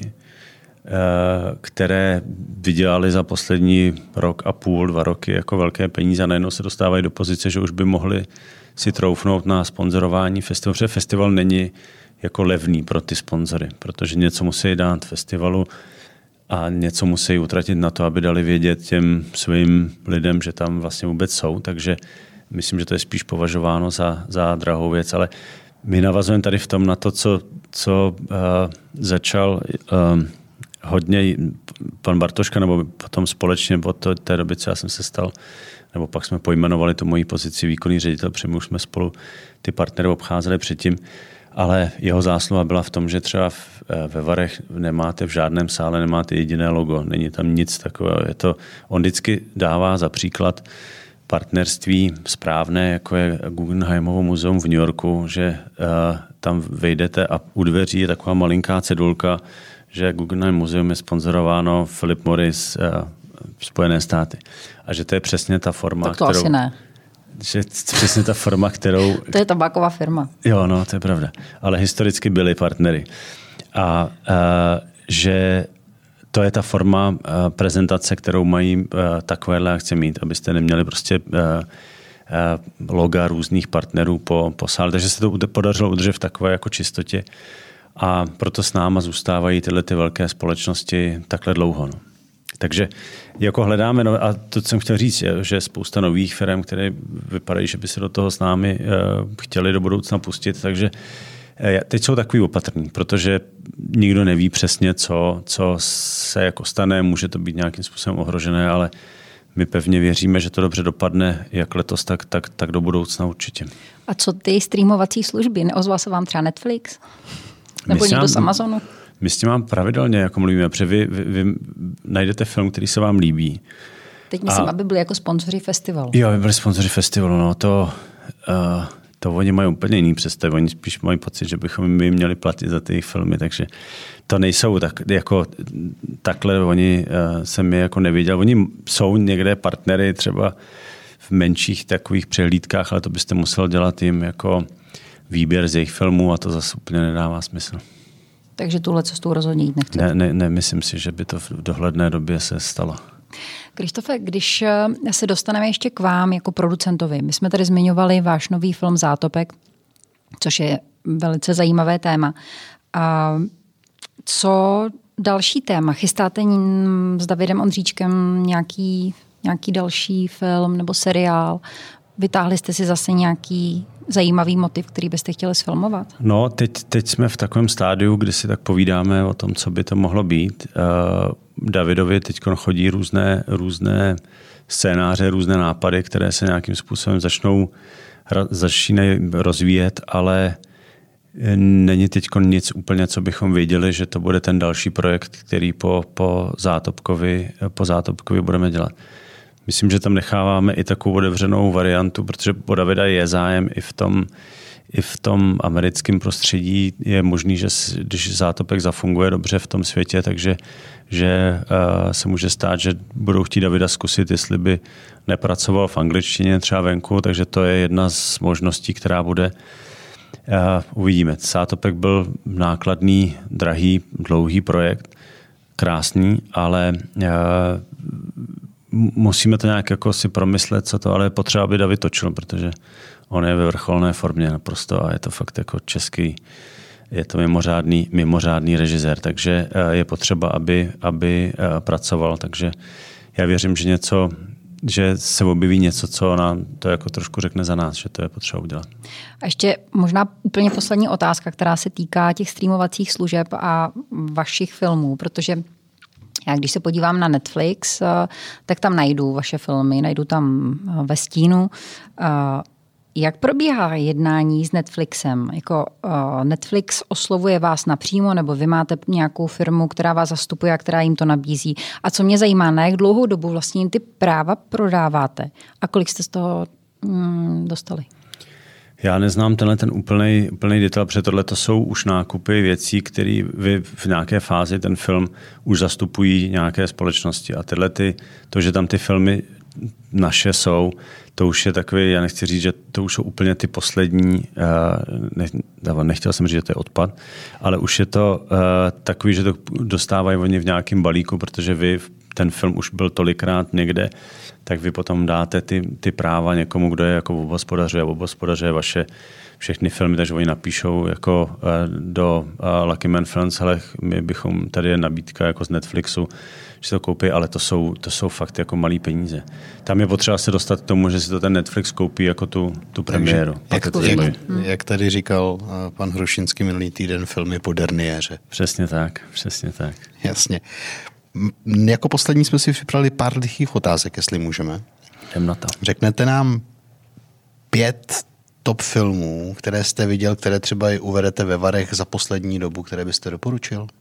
které vydělali za poslední rok a půl, dva roky jako velké peníze a najednou se dostávají do pozice, že už by mohli si troufnout na sponzorování festivalu. Protože festival není jako levný pro ty sponzory, protože něco musí dát festivalu a něco musí utratit na to, aby dali vědět těm svým lidem, že tam vlastně vůbec jsou. Takže myslím, že to je spíš považováno za, za drahou věc, ale my navazujeme tady v tom na to, co, co uh, začal uh, hodně pan Bartoška, nebo potom společně od té doby, co já jsem se stal, nebo pak jsme pojmenovali tu moji pozici výkonný ředitel, protože my už jsme spolu ty partnery obcházeli předtím, ale jeho zásluha byla v tom, že třeba v, ve Varech nemáte v žádném sále, nemáte jediné logo, není tam nic takového. Je to, on vždycky dává za příklad partnerství správné, jako je Guggenheimovo muzeum v New Yorku, že uh, tam vejdete a u dveří je taková malinká cedulka, že Guggenheim muzeum je sponzorováno Philip Morris, uh, Spojené státy. A že to je přesně ta forma, tak to kterou... asi ne. Že přesně ta forma, kterou... To je tabáková firma. Jo, no, to je pravda. Ale historicky byli partnery. A uh, že to je ta forma uh, prezentace, kterou mají uh, takovéhle akce mít, abyste neměli prostě uh, uh, loga různých partnerů po, po sále. Takže se to podařilo udržet v takové jako čistotě. A proto s náma zůstávají tyhle ty velké společnosti takhle dlouho. No. Takže jako hledáme, nové, a to jsem chtěl říct, je, že spousta nových firm, které vypadají, že by se do toho s námi uh, chtěli do budoucna pustit, takže uh, teď jsou takový opatrní, protože nikdo neví přesně, co, co se jako stane, může to být nějakým způsobem ohrožené, ale my pevně věříme, že to dobře dopadne, jak letos, tak, tak, tak do budoucna určitě. A co ty streamovací služby? Neozval se vám třeba Netflix? Nebo někdo z Amazonu? My s tím mám pravidelně, jako mluvíme, protože vy, vy, vy najdete film, který se vám líbí. Teď myslím, a... aby byli jako sponzoři festivalu. Jo, aby byli sponzoři festivalu, no to, uh, to oni mají úplně jiný představ. Oni spíš mají pocit, že bychom jim měli platit za ty filmy, takže to nejsou tak, jako takhle, oni uh, jsem je jako neviděl. Oni jsou někde partnery třeba v menších takových přehlídkách, ale to byste musel dělat jim jako výběr z jejich filmů a to zase úplně nedává smysl. Takže tuhle cestou rozhodně jít nechcete? Ne, ne, ne, myslím si, že by to v dohledné době se stalo. Krištofe, když se dostaneme ještě k vám jako producentovi, my jsme tady zmiňovali váš nový film Zátopek, což je velice zajímavé téma. A co další téma? Chystáte s Davidem Ondříčkem nějaký, nějaký další film nebo seriál? Vytáhli jste si zase nějaký zajímavý motiv, který byste chtěli sfilmovat? No, teď, teď jsme v takovém stádiu, kdy si tak povídáme o tom, co by to mohlo být. Uh, Davidovi teď chodí různé, různé scénáře, různé nápady, které se nějakým způsobem začnou začínají rozvíjet, ale není teď nic úplně, co bychom věděli, že to bude ten další projekt, který po, po, Zátopkovi, po Zátopkovi budeme dělat. Myslím, že tam necháváme i takovou otevřenou variantu, protože po Davida je zájem i v tom, i v tom americkém prostředí. Je možný, že když Zátopek zafunguje dobře v tom světě, takže že uh, se může stát, že budou chtít Davida zkusit, jestli by nepracoval v angličtině třeba venku, takže to je jedna z možností, která bude. Uh, uvidíme. Zátopek byl nákladný, drahý, dlouhý projekt, krásný, ale uh, musíme to nějak jako si promyslet, co to, ale je potřeba, aby David točil, protože on je ve vrcholné formě naprosto a je to fakt jako český, je to mimořádný, mimořádný režisér, takže je potřeba, aby, aby pracoval, takže já věřím, že něco, že se objeví něco, co nám to jako trošku řekne za nás, že to je potřeba udělat. A ještě možná úplně poslední otázka, která se týká těch streamovacích služeb a vašich filmů, protože já když se podívám na Netflix, tak tam najdu vaše filmy, najdu tam Ve stínu. Jak probíhá jednání s Netflixem? Jako Netflix oslovuje vás napřímo, nebo vy máte nějakou firmu, která vás zastupuje a která jim to nabízí? A co mě zajímá, na jak dlouhou dobu vlastně jim ty práva prodáváte? A kolik jste z toho mm, dostali? Já neznám tenhle ten úplnej, úplnej detail, protože tohle to jsou už nákupy věcí, které vy v nějaké fázi ten film už zastupují nějaké společnosti. A tyhle ty, to, že tam ty filmy naše jsou, to už je takový, já nechci říct, že to už jsou úplně ty poslední, ne, nechtěl jsem říct, že to je odpad, ale už je to takový, že to dostávají oni v nějakém balíku, protože vy, ten film už byl tolikrát někde, tak vy potom dáte ty, ty práva někomu, kdo je jako obhospodařuje a obhospodařuje vaše všechny filmy, takže oni napíšou jako do Lucky Man Films, ale my bychom, tady je nabídka jako z Netflixu, že to koupí, ale to jsou, to jsou fakt jako malý peníze. Tam je potřeba se dostat k tomu, že si to ten Netflix koupí jako tu, tu premiéru. Jak, jak, jak tady říkal pan Hrušinský minulý týden, filmy po derniéře. Přesně tak, přesně tak. Jasně. Jako poslední jsme si vybrali pár lichých otázek, jestli můžeme. Jdem na to. Řeknete nám pět top filmů, které jste viděl, které třeba i uvedete ve varech za poslední dobu, které byste doporučil? Uh,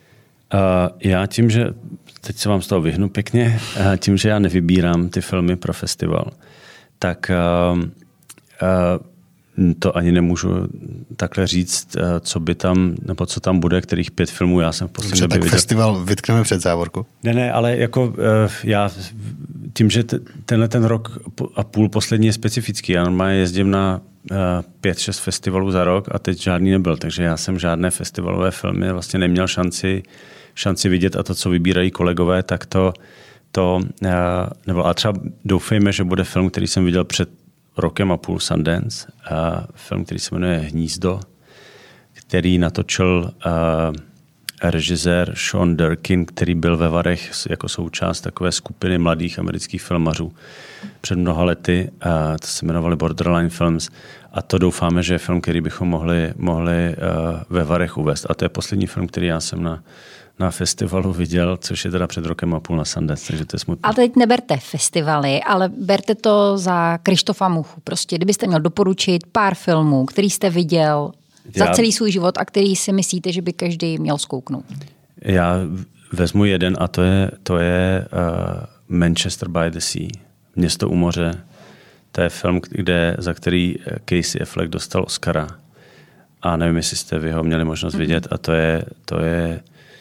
já tím, že teď se vám z toho vyhnu pěkně, uh, tím, že já nevybírám ty filmy pro festival, tak uh, uh, to ani nemůžu takhle říct, co by tam, nebo co tam bude, kterých pět filmů já jsem v poslední době viděl. Tak festival vytkneme před závorku. Ne, ne, ale jako já tím, že tenhle ten rok a půl poslední je specifický, já normálně jezdím na pět, šest festivalů za rok a teď žádný nebyl, takže já jsem žádné festivalové filmy vlastně neměl šanci, šanci vidět a to, co vybírají kolegové, tak to, to nebo a třeba doufejme, že bude film, který jsem viděl před rokem a půl Sundance, a film, který se jmenuje Hnízdo, který natočil uh, režisér Sean Durkin, který byl ve varech jako součást takové skupiny mladých amerických filmařů před mnoha lety. Uh, to se jmenovali Borderline Films a to doufáme, že je film, který bychom mohli, mohli uh, ve varech uvést. A to je poslední film, který já jsem na na festivalu viděl, což je teda před rokem a půl na Sundance, takže to je smutné. A teď neberte festivaly, ale berte to za Krištofa Muchu. Prostě, kdybyste měl doporučit pár filmů, který jste viděl já, za celý svůj život a který si myslíte, že by každý měl zkouknout. Já vezmu jeden a to je, to je uh, Manchester by the Sea, Město u moře. To je film, kde, za který Casey Affleck dostal Oscara. A nevím, jestli jste vy ho měli možnost mm-hmm. vidět. A to je, to je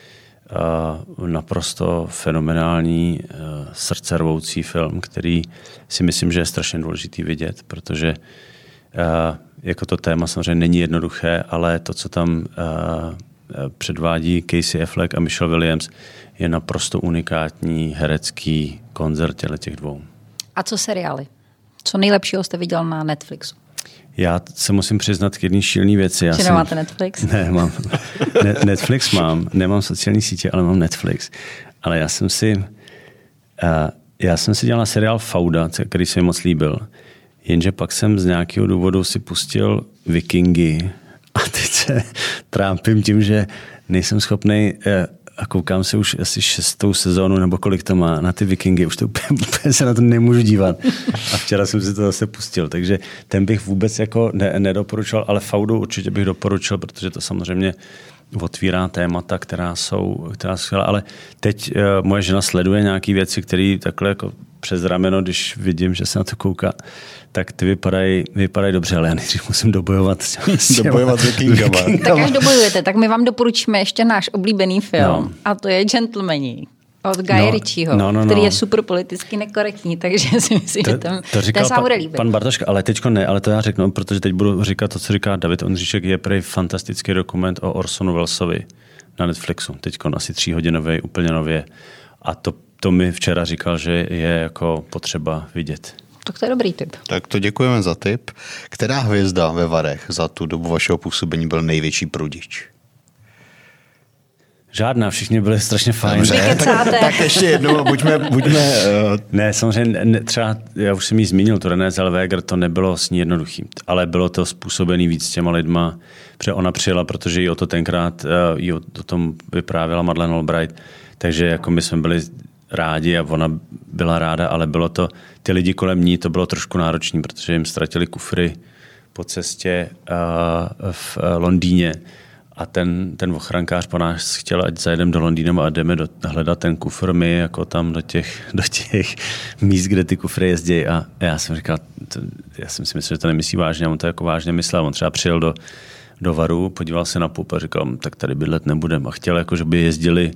Uh, naprosto fenomenální, uh, srdcervoucí film, který si myslím, že je strašně důležitý vidět, protože uh, jako to téma samozřejmě není jednoduché, ale to, co tam uh, předvádí Casey Affleck a Michelle Williams, je naprosto unikátní herecký koncert těch dvou. A co seriály? Co nejlepšího jste viděl na Netflixu? Já se musím přiznat k jedné šílené věci. Já Či jsem... nemáte Netflix? Ne, mám. Netflix mám, nemám sociální sítě, ale mám Netflix. Ale já jsem si, uh, já jsem si dělal na seriál Fauda, který se mi moc líbil. Jenže pak jsem z nějakého důvodu si pustil Vikingy a teď se trápím tím, že nejsem schopný a koukám se už asi šestou sezónu, nebo kolik to má, na ty Vikingy. Už to úplně, úplně se na to nemůžu dívat. A včera jsem si to zase pustil. Takže ten bych vůbec jako ne, nedoporučoval, ale Faudu určitě bych doporučil, protože to samozřejmě otvírá témata, která jsou, která jsou ale teď uh, moje žena sleduje nějaké věci, které takhle jako přes rameno, když vidím, že se na to kouká, tak ty vypadají, vypadají dobře, ale já nejdřív musím dobojovat s těma, dobojovat s Vikingama. Tak až dobojujete, tak my vám doporučíme ještě náš oblíbený film. No. A to je Gentlemani od Guy no, Ritchieho, no, no, no. který je super politicky nekorektní, takže si myslím, to, že ten, to ten se bude líbit. Pan Bartoška, ale teďko ne, ale to já řeknu, protože teď budu říkat to, co říká David Ondříček, je prej fantastický dokument o Orsonu Wellesovi na Netflixu. Teďko asi tříhodinový, úplně nově. A to, to mi včera říkal, že je jako potřeba vidět. Tak to je dobrý tip. Tak to děkujeme za tip. Která hvězda ve Varech za tu dobu vašeho působení byl největší prudič? Žádná, všichni byli strašně fajn. Dobře, tak, tak ještě jednou, buďme... buďme uh... Ne, samozřejmě ne, třeba, já už jsem jí zmínil, to Renée Zellweger, to nebylo s ní jednoduchý, ale bylo to způsobený víc těma lidma, protože ona přijela, protože jí o to tenkrát, uh, jí o, o tom vyprávěla Madeleine Albright, takže jako my jsme byli rádi a ona byla ráda, ale bylo to, ty lidi kolem ní, to bylo trošku náročný, protože jim ztratili kufry po cestě uh, v uh, Londýně. A ten, ten ochrankář po nás chtěl, ať zajedeme do Londýna a jdeme do, hledat ten kufr my, jako tam do těch, do těch míst, kde ty kufry jezdí. A já jsem říkal, to, já jsem si myslel, že to nemyslí vážně, a on to jako vážně myslel. On třeba přijel do, do Varu, podíval se na pup a říkal, tak tady bydlet nebudem. A chtěl, jako, že by jezdili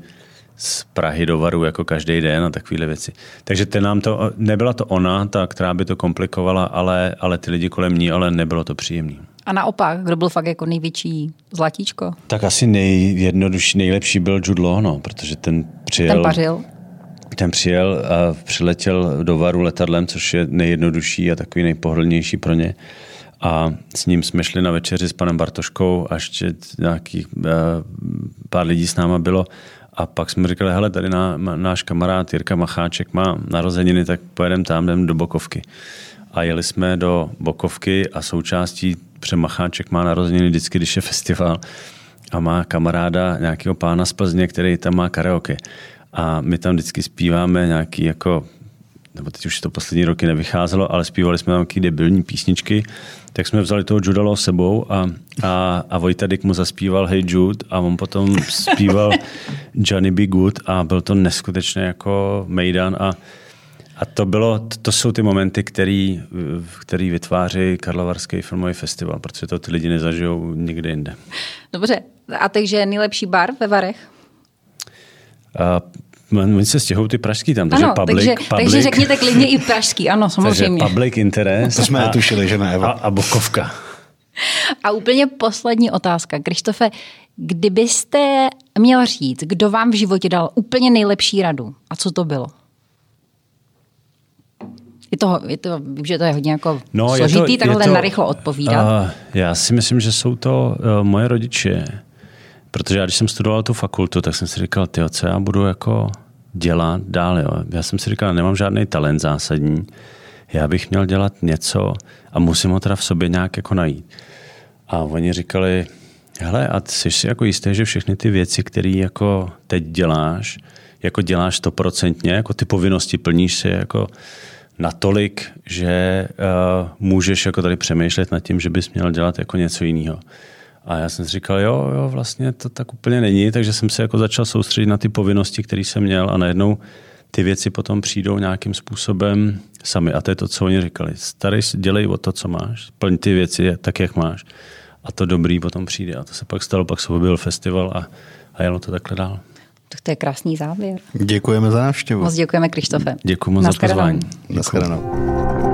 z Prahy do Varu jako každý den a takovéhle věci. Takže ten nám to, nebyla to ona, ta, která by to komplikovala, ale, ale ty lidi kolem ní, ale nebylo to příjemné. A naopak, kdo byl fakt jako největší zlatíčko? Tak asi nejjednodušší, nejlepší byl Jude Law, no, protože ten přijel... Ten pařil. Ten přijel a přiletěl do Varu letadlem, což je nejjednodušší a takový nejpohodlnější pro ně. A s ním jsme šli na večeři s panem Bartoškou a ještě nějakých uh, pár lidí s náma bylo. A pak jsme říkali, hele, tady ná, náš kamarád Jirka Macháček má narozeniny, tak pojedeme tam, jdeme do Bokovky. A jeli jsme do Bokovky a součástí, protože Macháček má narozeniny vždycky, když je festival a má kamaráda nějakého pána z Plzně, který tam má karaoke. A my tam vždycky zpíváme nějaký jako, nebo teď už to poslední roky nevycházelo, ale zpívali jsme tam nějaký debilní písničky, tak jsme vzali toho Juda Law sebou a, a, a Vojta Dyk mu zaspíval Hey Jude a on potom zpíval Johnny Be Good a byl to neskutečně jako mejdan a A to bylo, to jsou ty momenty, který, který vytváří Karlovarský filmový festival, protože to ty lidi nezažijou nikde jinde. Dobře, a takže nejlepší bar ve Varech? A oni se stěhují ty pražský tam, takže ano, public, takže, public. takže řekněte klidně i pražský, ano, samozřejmě. Takže public interest. To jsme netušili, že ne, Evo. A, a Bokovka. A úplně poslední otázka. Krištofe, kdybyste měl říct, kdo vám v životě dal úplně nejlepší radu, a co to bylo? Je to, je to, vím, že to je hodně jako no, složitý, takhle to, narychlo odpovídat. Uh, já si myslím, že jsou to uh, moje rodiče. Protože já, když jsem studoval tu fakultu, tak jsem si říkal, tyjo, co já budu jako dělat dál. Jo? Já jsem si říkal, nemám žádný talent zásadní. Já bych měl dělat něco a musím ho teda v sobě nějak jako najít. A oni říkali, hele, a jsi si jako jistý, že všechny ty věci, které jako teď děláš, jako děláš stoprocentně, jako ty povinnosti plníš si jako natolik, že uh, můžeš jako tady přemýšlet nad tím, že bys měl dělat jako něco jiného. A já jsem si říkal, jo, jo, vlastně to tak úplně není, takže jsem se jako začal soustředit na ty povinnosti, které jsem měl a najednou ty věci potom přijdou nějakým způsobem sami. A to je to, co oni říkali. Starej, dělej o to, co máš, plň ty věci tak, jak máš. A to dobrý potom přijde. A to se pak stalo, pak se objevil festival a, a jelo to takhle dál. Tak to je krásný závěr. Děkujeme za návštěvu. Moc děkujeme, Krištofe. Děkuji moc za pozvání. Naschledanou.